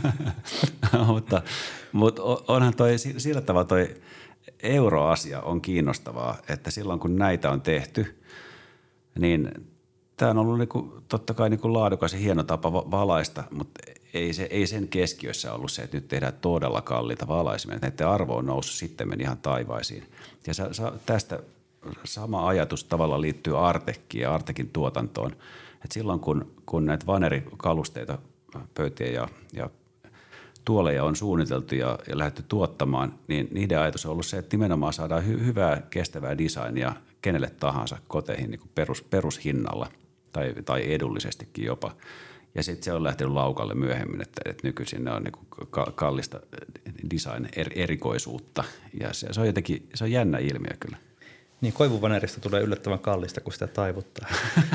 mutta onhan toi sillä tavalla toi euroasia on kiinnostavaa, että silloin kun näitä on tehty, niin tämä on ollut totta kai laadukas ja hieno tapa valaista, mutta ei sen keskiössä ollut se, että nyt tehdään todella kalliita valaisimia. Näiden arvo on noussut sitten meni ihan taivaisiin. Ja tästä sama ajatus tavallaan liittyy Artekkiin ja Artekin tuotantoon. Että silloin kun näitä vanerikalusteita, pöytiä ja tuoleja on suunniteltu ja lähdetty tuottamaan, niin niiden ajatus on ollut se, että nimenomaan saadaan hyvää, kestävää designia kenelle tahansa koteihin niin kuin perushinnalla tai edullisestikin jopa. Ja sitten se on lähtenyt laukalle myöhemmin, että nykyisin ne on niin kuin kallista design-erikoisuutta. Ja se on jotenkin, se on jännä ilmiö kyllä.
Niin, koivuvanerista tulee yllättävän kallista, kun sitä taivuttaa.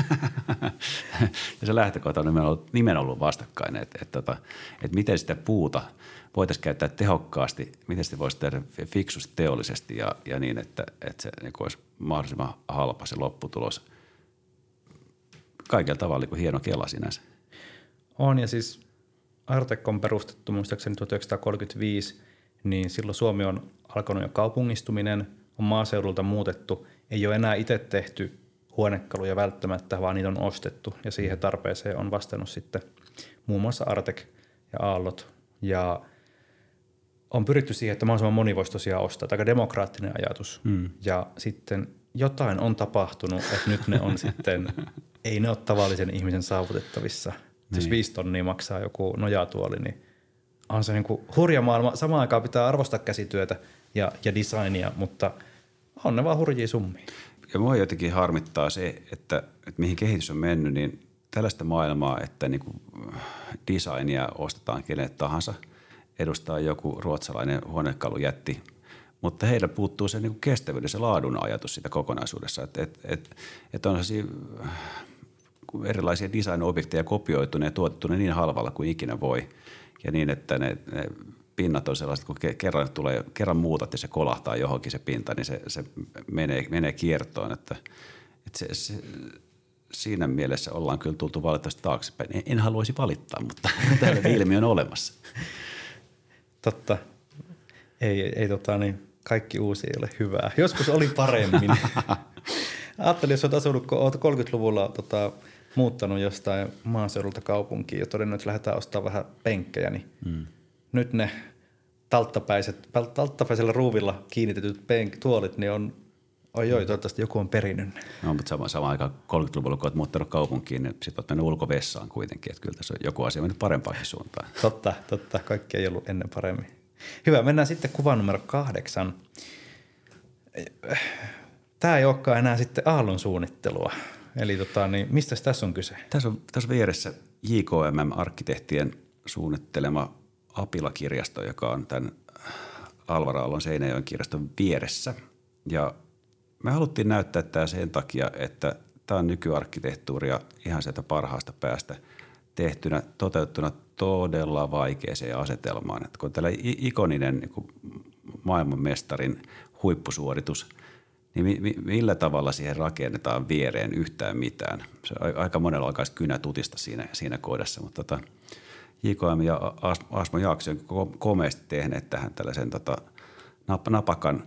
Ja se lähtökohta on nimenomaan ollut vastakkainen, että miten sitä puuta voitaisiin käyttää tehokkaasti, miten sitä voisi tehdä fiksusti teollisesti ja niin, että se niin olisi mahdollisimman halpa se lopputulos. Kaikella tavalla niin hieno kela sinänsä.
On, ja siis Artek on perustettu muistaakseni 1935, niin silloin Suomi on alkanut jo kaupungistuminen, on maaseudulta muutettu, ei ole enää itse tehty huonekaluja välttämättä, vaan niitä on ostettu ja siihen tarpeeseen on vastannut sitten muun muassa Artek ja Aallot ja on pyritty siihen, että mahdollisimman moni voisi tosiaan ostaa. Aika demokraattinen ajatus ja sitten jotain on tapahtunut, että nyt ne on sitten, ei ne ole tavallisen ihmisen saavutettavissa. Niin. Jos 5 tonnia maksaa joku nojatuoli, niin on se niin kuin hurja maailma. Samaan aikaan pitää arvostaa käsityötä ja designia, mutta on ne vaan hurjia summia.
Ja mua jotenkin harmittaa se, että mihin kehitys on mennyt, niin tällaista maailmaa, että niin kuin designia ostetaan kenelle tahansa, edustaa joku ruotsalainen huonekalujätti, mutta heillä puuttuu se niin kuin kestävyyden, se laadun ajatus siitä kokonaisuudessa, että on erilaisia design-objekteja kopioitu ja tuotettu ne niin halvalla kuin ikinä voi ja niin, että ne pinnat on sellaiset, kun kerran muutat ja se kolahtaa johonkin se pinta, niin se menee kiertoon, että se siinä mielessä ollaan kyllä tultu valitettavasti taaksepäin. En haluaisi valittaa, mutta tällainen ilmiö on olemassa.
Totta. Ei niin kaikki uusi ei ole hyvää. Joskus oli paremmin. Ajattelin, jos olet asunut, kun olet 30-luvulla muuttanut jostain maaseudulta kaupunkiin ja todennut, että lähdetään ostamaan vähän penkkejä, niin nyt ne talttapäisellä ruuvilla kiinnitetyt tuolit, niin on toivottavasti joku on perinyt.
No, mutta samaan aikaan 30-luvulla, kun olet muuttanut kaupunkiin, niin sitten olet mennyt ulkovessaan kuitenkin, että kyllä tässä on joku asia mennyt parempaakin suuntaan.
Totta. Kaikki ei ollut ennen paremmin. Hyvä, mennään sitten kuvaan numero 8. Tämä ei olekaan enää sitten Aallon suunnittelua. Eli niin mistä tässä on kyse?
Tässä on vieressä JKMM-arkkitehtien suunnittelema Apila-kirjasto, joka on tämän Alvar Aallon Seinäjoen kirjaston vieressä. Ja me haluttiin näyttää tämä sen takia, että tämä on nykyarkkitehtuuria ihan sieltä parhaasta päästä tehtynä, toteuttuna todella vaikeaseen asetelmaan. Että kun tällä ikoninen niin kuin maailmanmestarin huippusuoritus niin millä tavalla siihen rakennetaan viereen yhtään mitään? Se aika monella alkaisi kynä tutista siinä kohdassa, mutta JKM ja Asmo Jaaksi on komeasti tehneet tähän tällaisen napakan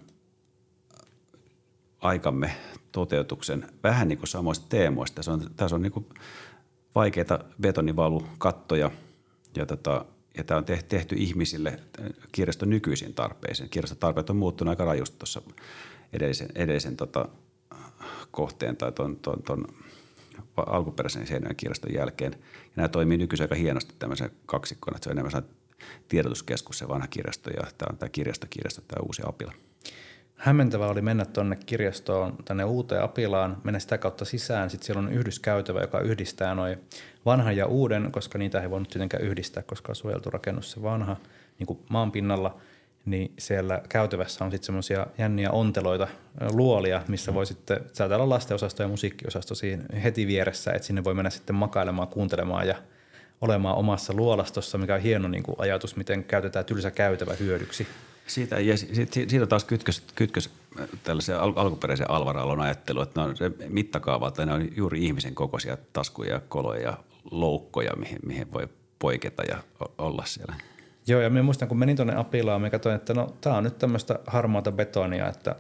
aikamme toteutuksen vähän niin kuin samoista teemoista. Tässä on niin kuin vaikeita betonivalukattoja ja tämä on tehty ihmisille kirjaston nykyisiin tarpeisiin. Kirjaston tarpeet on muuttunut aika rajusti tuossa edellisen kohteen tai ton alkuperäisen Seinäjoen kirjaston jälkeen. Ja nämä toimii nykyisin aika hienosti tämmöisen kaksikkona, että se on enemmän tiedotuskeskus, se vanha kirjasto ja tämä kirjasto, tämä uusi Apila.
Hämmentävää oli mennä tuonne kirjastoon, tänne uuteen Apilaan, mennä sitä kautta sisään. Sitten siellä on yhdyskäytävä, joka yhdistää noin vanhan ja uuden, koska niitä ei voinut tietenkään yhdistää, koska on suojeltu rakennus se vanha niin kuin maan pinnalla. Niin siellä käytävässä on sitten semmoisia jänniä onteloita, luolia, missä voi sitten, täällä on lastenosasto ja musiikkiosasto siinä heti vieressä, että sinne voi mennä sitten makailemaan, kuuntelemaan ja olemaan omassa luolastossa, mikä on hieno niin kuin ajatus, miten käytetään tylsä käytävä hyödyksi.
Siitä taas kytkös tällaisen alkuperäisen Alvar Aallon ajattelun, että se mittakaavalta ne on juuri ihmisen kokoisia taskuja, koloja ja loukkoja, mihin voi poiketa ja olla siellä.
Joo, ja minä muistan, kun menin tuonne Apilaan, minä katsoin, että no tämä on nyt tämmöistä harmaata betonia, että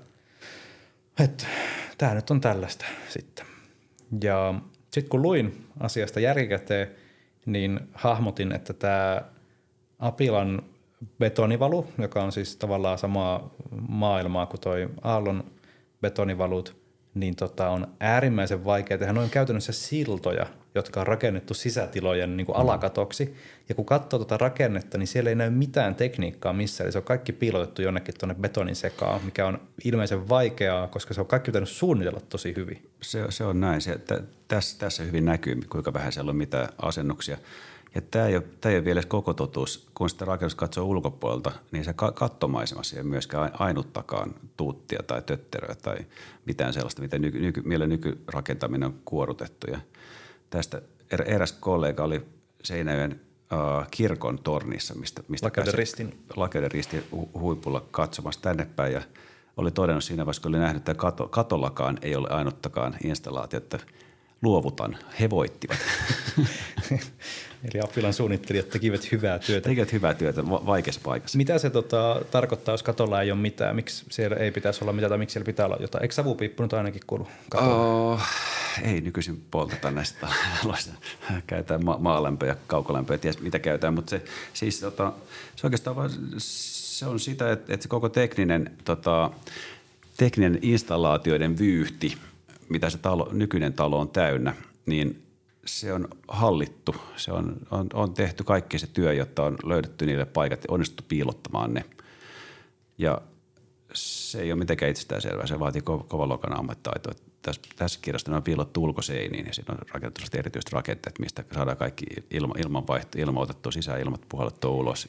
tämä nyt on tällaista sitten. Ja sitten kun luin asiasta järkikäteen, niin hahmotin, että tämä Apilan betonivalu, joka on siis tavallaan samaa maailmaa kuin toi Aallon betonivalut, niin on äärimmäisen vaikea tehdä. Ne on käytännössä siltoja, jotka on rakennettu sisätilojen niin kuin alakatoksi. Ja kun katsoo tuota rakennetta, niin siellä ei näy mitään tekniikkaa missään. Eli se on kaikki piilotettu jonnekin tuonne betonin sekaan, mikä on ilmeisen vaikeaa, koska se on kaikki pitänyt suunnitella tosi hyvin.
Se on näin. Tässä hyvin näkyy, kuinka vähän siellä on mitään asennuksia. Ja tämä ei ole vielä koko totuus. Kun sitä rakennus katsoo ulkopuolelta, niin se kattomaisemassa ei ole myöskään ainuttakaan tuuttia tai tötteröä tai mitään sellaista, millä nykyrakentaminen on kuorutettu. Ja tästä eräs kollega oli Seinäjoen kirkon tornissa, mistä Lakeuden ristin huipulla katsomassa tänne päin. Ja oli todennut siinä vaiheessa, kun oli nähnyt, että katollakaan ei ole ainuttakaan installaatiota. Luovutan. He voittivat.
Eli Apilan suunnittelijat tekivät hyvää työtä.
Vaikeassa paikassa.
Mitä se tarkoittaa, jos katolla ei ole mitään? Miksi siellä ei pitäisi olla mitään tai miksi siellä pitää olla jotain? Eikö savupiippu nyt ainakin kuulu katolla?
Ei nykyisin polteta näistä taloista. Käytetään maalämpöä ja kaukolämpöä, ties mitä käytetään, mutta se oikeastaan vaan, se on sitä, että se koko tekninen installaatioiden vyyhti, mitä se nykyinen talo on täynnä, niin se on hallittu. Se on tehty kaikki se työ, jotta on löydetty niille paikat ja onnistuttu piilottamaan ne. Ja se ei ole mitenkään itsestäänselvää. Se vaatii kovan luokan ammattitaitoa. Tässä kirjassa on piilottu ulkoseiniin ja siinä on rakennettu erityiset rakenteet, mistä saadaan kaikki ilma otettua sisään, ilmat puhallettua ulos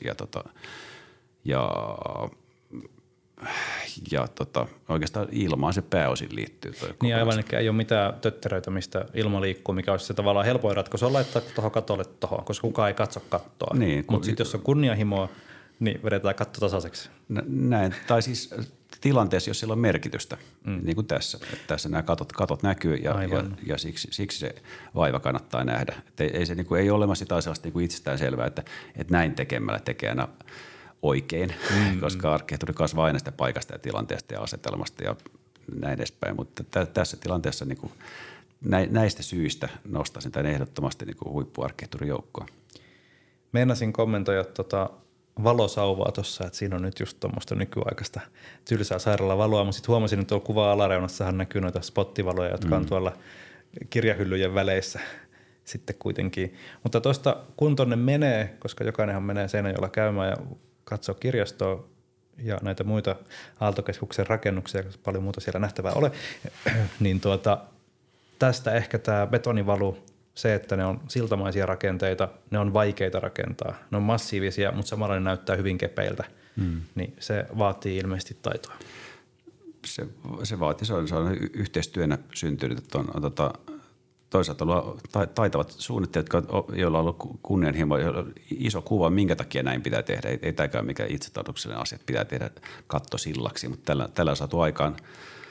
ja oikeastaan ilmaan se pääosin liittyy.
Niin aivan, eli ei ole mitään tötteröitä, mistä ilma liikkuu, mikä olisi se tavallaan helpoin ratkaisu on laittaa tuohon katolle tuohon, koska kukaan ei katso kattoa. Niin, mutta sitten jos on kunnianhimoa, niin vedetään katto tasaiseksi.
Näin, tai siis tilanteessa, jos sillä on merkitystä, niin kuin tässä. Että tässä nämä katot näkyy ja siksi se vaiva kannattaa nähdä. Että ei se ei ole olemassa sitä sellaista itsestään selvää, että näin tekemällä tekee aina oikein, koska arkkitehtuuri kasvaa aina sitä paikasta ja tilanteesta ja asetelmasta ja näin edespäin. Mutta tässä tilanteessa näistä syistä nostaisin tämän ehdottomasti huippuarkkitehtuurin joukkoon.
Meinasin kommentoida valosauvaa tuossa, että siinä on nyt just tuommoista nykyaikaista tylsää sairaalavaloa, mutta sitten huomasin, että tuolla kuva-alareunassahan näkyy noita spottivaloja, jotka on tuolla kirjahyllyjen väleissä sitten kuitenkin. Mutta tuosta kun tonne menee, koska jokainenhan menee Seinäjoella käymään ja katsoo kirjastoa ja näitä muita Aaltokeskuksen rakennuksia, koska paljon muuta siellä nähtävää ole, niin tästä ehkä tämä betonivalu, se, että ne on siltamaisia rakenteita, ne on vaikeita rakentaa, ne on massiivisia, mutta samalla ne näyttää hyvin kepeiltä, niin se vaatii ilmeisesti taitoa.
Se vaatii, se on yhteistyönä syntynyt, että on toisaalta ollut taitavat suunnittelijat, joilla on ollut kunnianhimo, iso kuva, minkä takia näin pitää tehdä. Ei tämäkään mikä itsetarkoituksellinen asia, pitää tehdä kattosillaksi, mutta tällä on saatu aikaan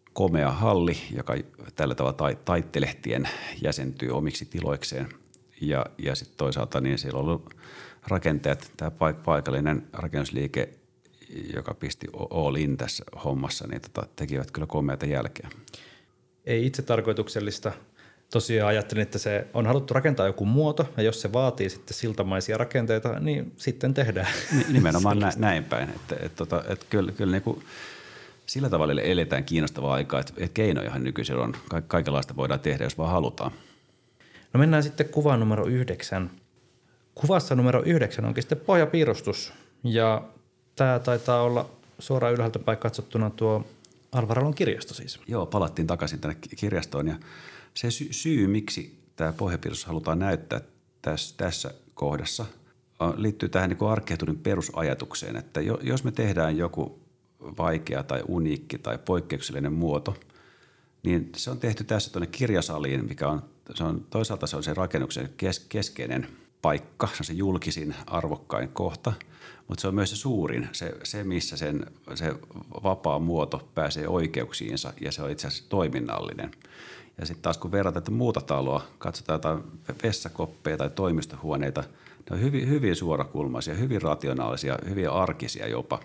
komea halli, joka tällä tavalla taittelehtien jäsentyy omiksi tiloikseen. Ja sitten toisaalta niin siellä on ollut rakentajat, tämä paikallinen rakennusliike, joka pisti all in tässä hommassa, niin tekivät kyllä komeata jälkeä.
Ei itse tarkoituksellista. Tosiaan ajattelin, että se on haluttu rakentaa joku muoto, ja jos se vaatii sitten siltamaisia rakenteita, niin sitten tehdään.
Nimenomaan näin päin. Että kyllä niin kuin sillä tavalla eletään kiinnostavaa aikaa, että keinojahan nykyisin on. Kaikenlaista voidaan tehdä, jos vaan halutaan.
No mennään sitten kuvaan numero 9. Kuvassa numero 9 onkin sitten pohjapiirustus, ja tämä taitaa olla suoraan ylhäältä päin katsottuna tuo Alvar Aallon kirjasto siis.
Joo, palattiin takaisin tänne kirjastoon, ja se syy, miksi tämä pohjapiirustus halutaan näyttää tässä kohdassa, liittyy tähän niin arkkitehtuurin perusajatukseen, että jos me tehdään joku vaikea tai uniikki tai poikkeuksellinen muoto, niin se on tehty tässä tuonne kirjasaliin, mikä on toisaalta se on se rakennuksen keskeinen paikka, se on se julkisin, arvokkain kohta, mutta se on myös se suurin, se missä se vapaa muoto pääsee oikeuksiinsa ja se on itse asiassa toiminnallinen. Ja sitten taas kun verrataan muuta taloa, katsotaan jotain vessakoppeja tai toimistohuoneita, ne on hyvin suorakulmaisia, hyvin rationaalisia, hyvin arkisia jopa.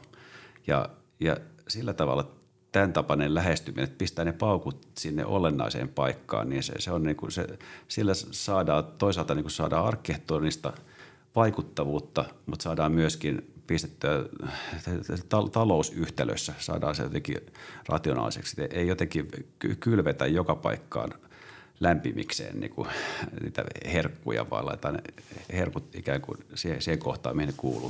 Ja sillä tavalla tämän tapainen lähestyminen, että pistää ne paukut sinne olennaiseen paikkaan, niin se on niin kuin sillä saadaan toisaalta niin kuin saadaan arkkitehtuurista vaikuttavuutta, mutta saadaan myöskin pistettyä talousyhtälössä, saadaan se jotenkin rationaaliseksi. Ei jotenkin kylvetä joka paikkaan lämpimikseen niin kuin niitä herkkuja, vaan laitetaan herkut ikään kuin siihen kohtaan, mihin ne kuuluu.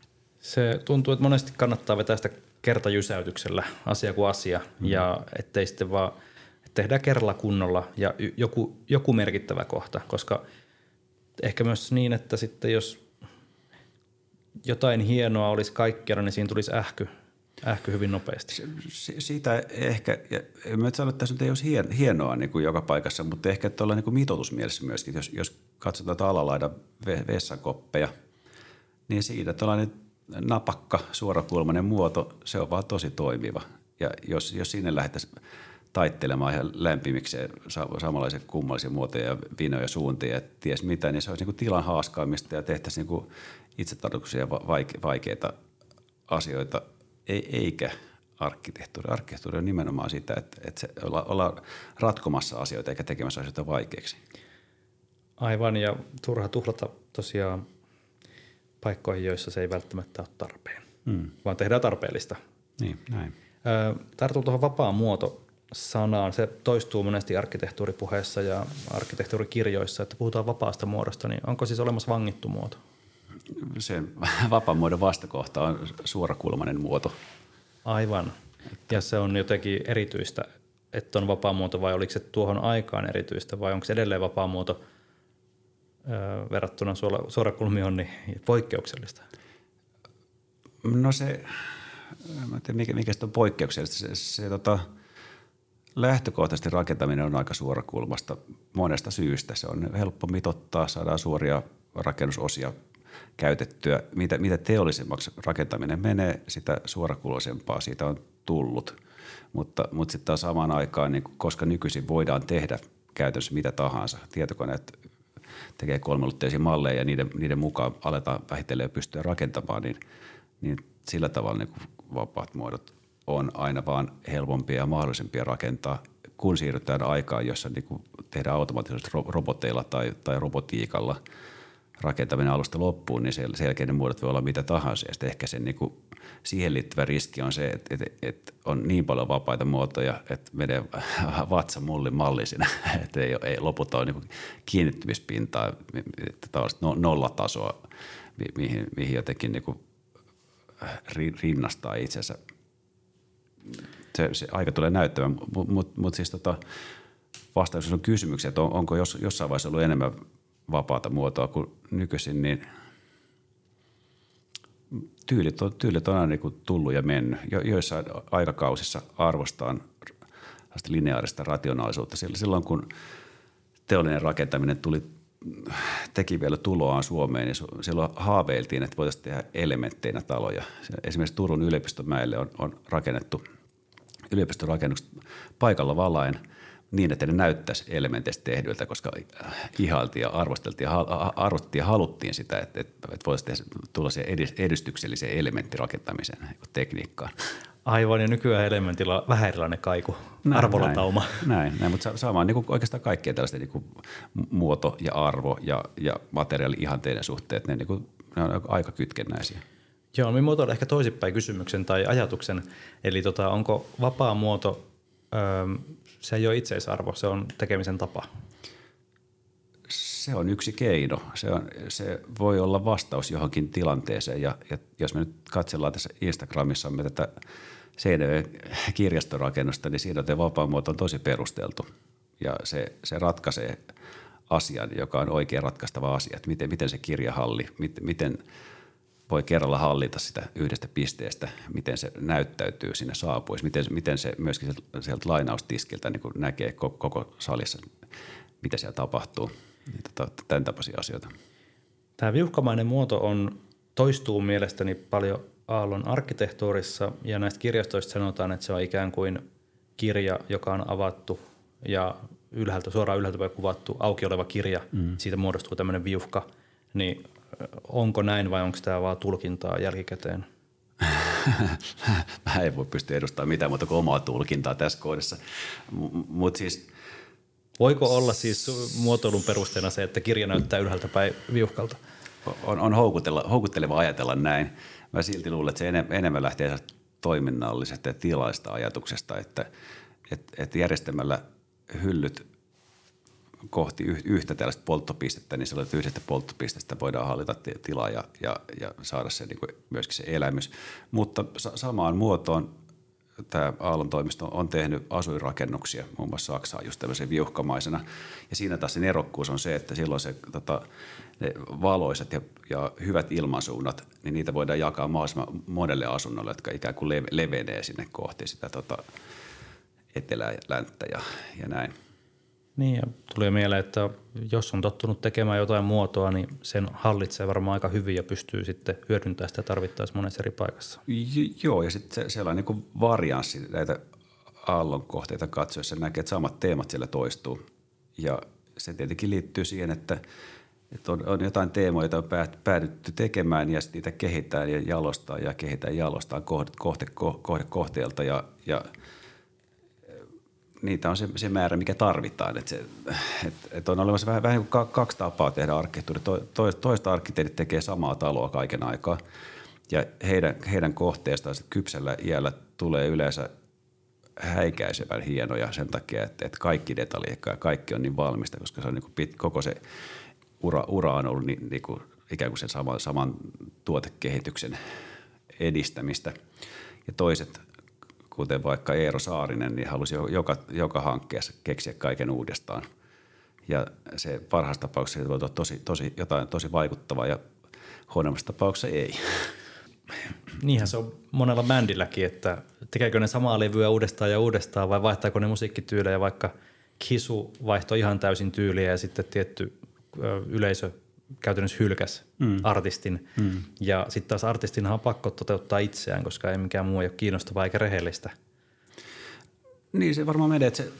Se tuntuu, että monesti kannattaa vetää sitä kertajysäytyksellä asia kuin asia, ja ettei sitten vaan tehdään kerralla kunnolla ja joku merkittävä kohta, koska ehkä myös niin, että sitten jos jotain hienoa olisi kaikkialla, niin siinä tulisi ähky hyvin nopeasti.
Siitä ehkä, en mä sano, että tässä nyt ei olisi hienoa niin kuin joka paikassa, mutta ehkä tuolla niin kuin mitoitusmielessä myöskin, jos katsotaan alalaidan vessakoppeja, niin siitä tuollainen napakka, suorakulmainen muoto, se on vaan tosi toimiva. Ja jos sinne lähdettäisiin taittelemaan ihan lämpimikseen samanlaisia kummallisia muotoja ja vinoja suuntia ja ties mitä, niin se olisi niin kuin tilan haaskaamista ja tehtäisiin niin itsetarkoituksia vaikeita asioita, eikä arkkitehtuuri. Arkkitehtuuri on nimenomaan sitä, että se ollaan ratkomassa asioita eikä tekemässä asioita vaikeiksi.
Aivan, ja turha tuhlata tosiaan paikkoihin, joissa se ei välttämättä ole tarpeen, vaan tehdään tarpeellista.
Niin, näin.
Tartun tuohon vapaa muoto sanaan. Se toistuu monesti arkkitehtuuripuheessa ja arkkitehtuurikirjoissa, että puhutaan vapaasta muodosta, niin onko siis olemassa vangittu muoto?
Sen vapaan muodon vastakohta on suorakulmainen muoto.
Aivan. Ja se on jotenkin erityistä, että on vapaa muoto, vai oliko se tuohon aikaan erityistä, vai onko se edelleen vapaa muoto verrattuna suorakulmioon niin poikkeuksellista?
No se, mä en tiedä mikä on poikkeuksellista. Se lähtökohtaisesti rakentaminen on aika suorakulmasta monesta syystä. Se on helppo mitoittaa, saadaan suoria rakennusosia käytettyä. Mitä teollisemmaksi rakentaminen menee, sitä suorakulmaisempaa siitä on tullut. Mutta sitten taas samaan aikaan, niin koska nykyisin voidaan tehdä käytännössä mitä tahansa, tietokoneet tekee kolmiulotteisia malleja ja niiden mukaan aletaan vähitellen pystyä rakentamaan, niin sillä tavalla niin vapaat muodot on aina vaan helpompia ja mahdollisempia rakentaa, kun siirrytään aikaan, jossa niin tehdään automaattisesti roboteilla tai robotiikalla rakentaminen alusta loppuun, niin sen jälkeen ne muodot voi olla mitä tahansa. Ja sitten ehkä sen, niin kuin, siihen liittyvä riski on se, että on niin paljon vapaita muotoja, että menee vatsa mullin mallisina, että ei lopulta ole niin kiinnittymispintaa, tavallisesti nollatasoa, mihin jotenkin niin kuin rinnastaa itsensä. Se aika tulee näyttämään, mutta siis vastaus on kysymyksiä, että onko jossain vaiheessa ollut enemmän vapaata muotoa kuin nykyisin, niin tyylit on aina niin kuin tullut ja mennyt. Joissain aikakausissa arvostaan lineaarista rationaalisuutta. Silloin kun teollinen rakentaminen teki vielä tuloaan Suomeen, niin silloin haaveiltiin, että voitaisiin tehdä elementteinä taloja. Esimerkiksi Turun yliopistomäelle on rakennettu yliopistorakennukset paikalla valaen niin, että ne näyttäisi elementeistä tehdyiltä, koska ihailtiin ja arvosteltiin ja haluttiin sitä, että voisi tulla siihen edistyksellisen elementtirakentamisen tekniikkaan.
Aivan, ja nykyään elementillä on vähän erilainen kaiku, arvolatauma.
Näin, mutta sama on niin oikeastaan kaikkea tällaista niin muoto ja arvo ja materiaali-ihanteiden suhteet, ne on aika kytkennäisiä.
Joo, minä muotoilen ehkä toisinpäin kysymyksen tai ajatuksen. Eli onko vapaa muoto, se ei ole itseisarvo, se on tekemisen tapa?
Se on yksi keino. Se voi olla vastaus johonkin tilanteeseen. Ja jos me nyt katsellaan tässä Instagramissamme tätä Seinäjoen kirjastorakennusta, niin siinä tämä vapaa muoto on tosi perusteltu. Ja se ratkaisee asian, joka on oikein ratkaistava asia. Että miten se kirjahalli, miten voi kerralla hallita sitä yhdestä pisteestä, miten se näyttäytyy sinne saapuisi, miten se myöskin sieltä lainaustiskiltä niin kuin näkee koko salissa, mitä siellä tapahtuu. Tämän tapaisia asioita.
Tämä viuhkamainen muoto toistuu mielestäni paljon Aallon arkkitehtuurissa, ja näistä kirjastoista sanotaan, että se on ikään kuin kirja, joka on avattu ja suoraan ylhäältä voi kuvattu auki oleva kirja. Siitä muodostuu tämmöinen viuhka. Niin onko näin vai onko tämä vaan tulkintaa jälkikäteen?
Mä en voi pystyä edustamaan mitään muuta kuin omaa tulkintaa tässä kohdassa. Mut siis
voiko olla siis muotoilun perusteena se, että kirja näyttää ylhäältä päin viuhkalta?
On houkutteleva ajatella näin. Mä silti luulen, että se enemmän lähtee toiminnallisesta ja tilaista ajatuksesta, että järjestämällä hyllyt kohti yhtä tällaista polttopistettä, niin sellaista yhdestä polttopisteestä voidaan hallita tilaa ja saada se, niin kuin myöskin se elämys. Mutta samaan muotoon tämä Aallon toimisto on tehnyt asuinrakennuksia, muun muassa Saksaan just tämmöisen viuhkamaisena. Ja siinä taas sen erokkuus on se, että silloin ne valoisat ja hyvät ilmansuunnat, niin niitä voidaan jakaa mahdollisimman monelle asunnolle, jotka ikään kuin levenee sinne kohti sitä etelää ja länttä ja näin.
Niin, ja tuli mieleen, että jos on tottunut tekemään jotain muotoa, niin sen hallitsee varmaan aika hyvin ja pystyy sitten hyödyntämään sitä tarvittaessa monessa eri paikassa.
Joo, ja sitten siellä on niin kuin varianssi näitä Aallon kohteita katsoessa näkee, että samat teemat siellä toistuu. Ja se tietenkin liittyy siihen, että on jotain teemoja, joita on päädytty tekemään ja sitten niitä kehitetään ja jalostaa kohde kohteelta ja niitä on se määrä, mikä tarvitaan. Että on olemassa vähän niin kuin kaksi tapaa tehdä arkkitehtuuria. Toista arkkitehdit tekee samaa taloa kaiken aikaa ja heidän kohteestaan kypsällä iällä tulee yleensä häikäisevän hienoja sen takia, että kaikki detalji ja kaikki on niin valmista, koska se on niin kuin koko se ura on ollut niin kuin ikään kuin sen saman tuotekehityksen edistämistä. Ja toiset, kuten vaikka Eero Saarinen, niin halusi joka hankkeessa keksiä kaiken uudestaan. Ja se parhaassa tapauksessa voi olla jotain tosi vaikuttavaa ja huonommassa tapauksessa ei.
Niinhän se on monella bändilläkin, että tekeekö ne samaa levyä uudestaan ja uudestaan vai vaihtaako ne musiikkityylejä, vaikka Kisu vaihtoi ihan täysin tyyliä ja sitten tietty yleisö käytännössä hylkäsi artistin. Ja sitten taas artistinhan on pakko toteuttaa itseään, koska ei mikään muu ei ole kiinnostavaa eikä rehellistä. Niin
se varmaan menee, että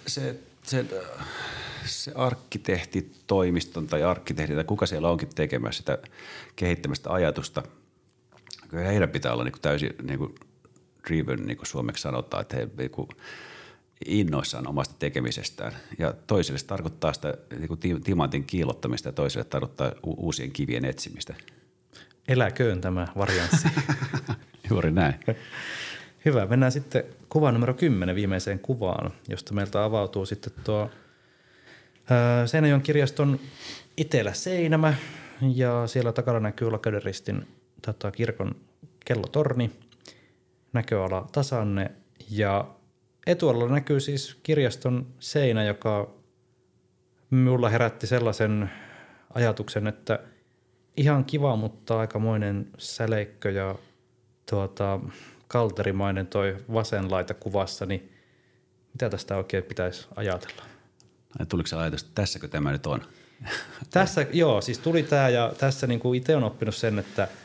se arkkitehtitoimiston tai arkkitehti tai kuka siellä onkin tekemässä sitä kehittämistä ajatusta, kyllä heidän pitää olla täysin driven, niin kuin suomeksi sanotaan, että he innoissaan omasta tekemisestään. Ja toiselle se tarkoittaa sitä timantin kiillottamista ja toiselle tarkoittaa uusien kivien etsimistä.
Eläköön tämä varianssi.
Juuri näin.
Hyvä. Mennään sitten kuvaan numero 10 viimeiseen kuvaan, josta meiltä avautuu sitten tuo Seinäjoen kirjaston Etelä-Seinämä ja siellä takana näkyy Lakauden ristin kirkon kellotorni, näköala tasanne ja etualalla näkyy siis kirjaston seinä, joka minulla herätti sellaisen ajatuksen, että ihan kiva, mutta aikamoinen säleikkö ja kalterimainen toi vasen laita kuvassa, niin mitä tästä oikein pitäisi ajatella?
Tuliko se ajatus, että tässäkö tämä nyt on?
Tässä, joo, siis tuli tämä ja tässä niin kuin itse olen oppinut sen, että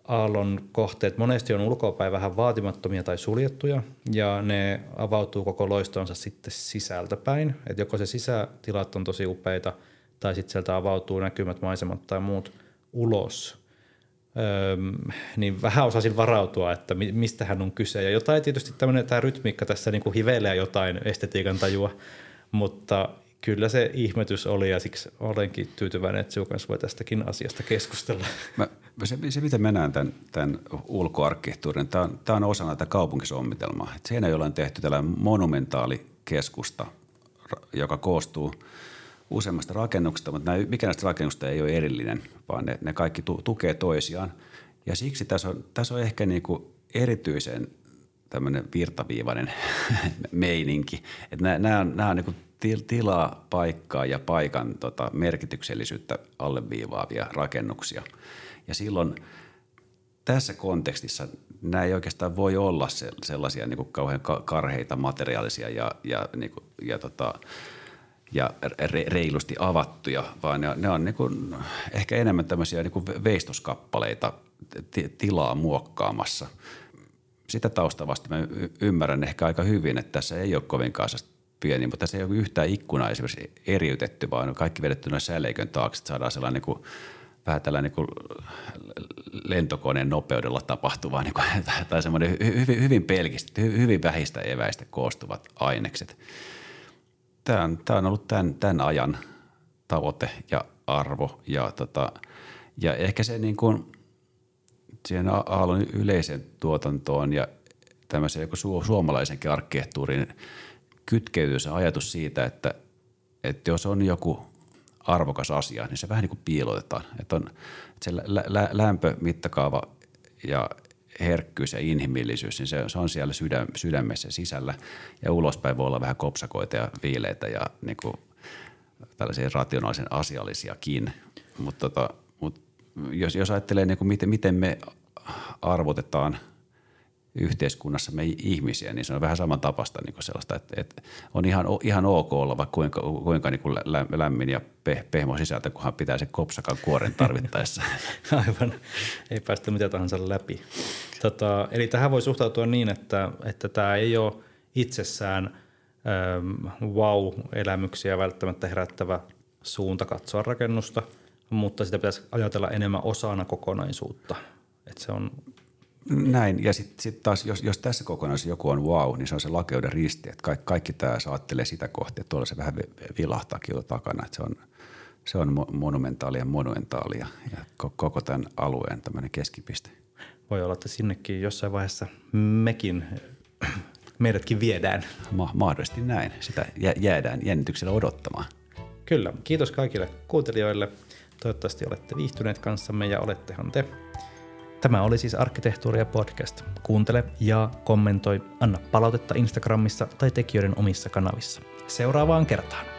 aallon kohteet monesti on ulkoapäin vähän vaatimattomia tai suljettuja, ja ne avautuu koko loistonsa sitten sisältäpäin. Et joko se sisätilat on tosi upeita, tai sitten sieltä avautuu näkymät, maisemat tai muut ulos. Niin vähän osasin varautua, että mistähän on kyse. Ja jotain tietysti tämä rytmiikka tässä niin kuin hivelee jotain estetiikan tajua, mutta kyllä se ihmetys oli, ja siksi olenkin tyytyväinen, että sinun kanssa voi tästäkin asiasta keskustella.
Se miten mä näen tämän ulkoarkkitehtuurin, tämä on osana tätä kaupunkisuunnitelmaa. Seinäjoella on tehty tällainen monumentaalikeskusta, joka koostuu useammasta rakennuksesta, mutta mikään näistä rakennuksista ei ole erillinen, vaan ne kaikki tukee toisiaan. Ja siksi tässä on ehkä niinku erityisen tämmöinen virtaviivainen meininki. Että nämä on niinku tilaa, paikkaa ja paikan merkityksellisyyttä alleviivaavia rakennuksia. Ja silloin tässä kontekstissa nämä ei oikeastaan voi olla sellaisia niinku kauhean karheita materiaalisia ja reilusti avattuja, vaan ne on niinku ehkä enemmän tämmöisiä niinku veistoskappaleita tilaa muokkaamassa. Sitä taustavasti mä ymmärrän ehkä aika hyvin, että tässä ei ole kovinkaan pieni, mutta tässä ei ole yhtään ikkunaa esimerkiksi eriytetty, vaan on kaikki vedetty noin säleikön taakse, että saadaan sellainen niinku, vähän tällainen niinku lentokoneen nopeudella tapahtuva niinku, tai semmoinen hyvin pelkistä, hyvin vähistä eväistä koostuvat ainekset. Tämä on ollut tämän ajan tavoite ja arvo ja ehkä se niin kuin siihen aallon yleiseen tuotantoon ja tämmöiseen joku suomalaisenkin arkkitehtuuriin kytkeytyy se ajatus siitä, että jos on joku arvokas asia, niin se vähän niin kuin piilotetaan. Että se lämpö, mittakaava ja herkkyys ja inhimillisyys, niin se on siellä sydämessä sisällä ja ulospäin voi olla vähän kopsakoita ja viileitä ja niin kuin tällaisia rationaalisen asiallisiakin. Mutta jos ajattelee niin kuin miten me arvotetaan yhteiskunnassa me ihmisiä, niin se on vähän samantapaista niin kuin sellaista, että on ihan ok olla vaikka kuinka niin kuin lämmin ja pehmo sisältä, kunhan pitää sen kopsakan kuoren tarvittaessa.
Aivan, ei päästä mitä tahansa läpi. Eli tähän voi suhtautua niin, että tämä ei ole itsessään wow-elämyksiä välttämättä herättävä suunta katsoa rakennusta, mutta sitä pitäisi ajatella enemmän osana kokonaisuutta. Että se on
näin, ja sitten taas, jos tässä kokonaisuudessa joku on wow, niin se on se lakeuden risti, että kaikki tämä saattelee sitä kohti, että tuolla se vähän vilahtaakin jo takana, että se on monumentaalia ja koko tämän alueen tämmöinen keskipiste.
Voi olla, että sinnekin jossain vaiheessa meidätkin viedään.
Mahdollisesti näin, sitä jäädään jännityksellä odottamaan.
Kyllä, kiitos kaikille kuuntelijoille. Toivottavasti olette viihtyneet kanssamme ja olettehan te. Tämä oli siis Arkkitehtuuria podcast. Kuuntele ja kommentoi, anna palautetta Instagramissa tai tekijöiden omissa kanavissa. Seuraavaan kertaan.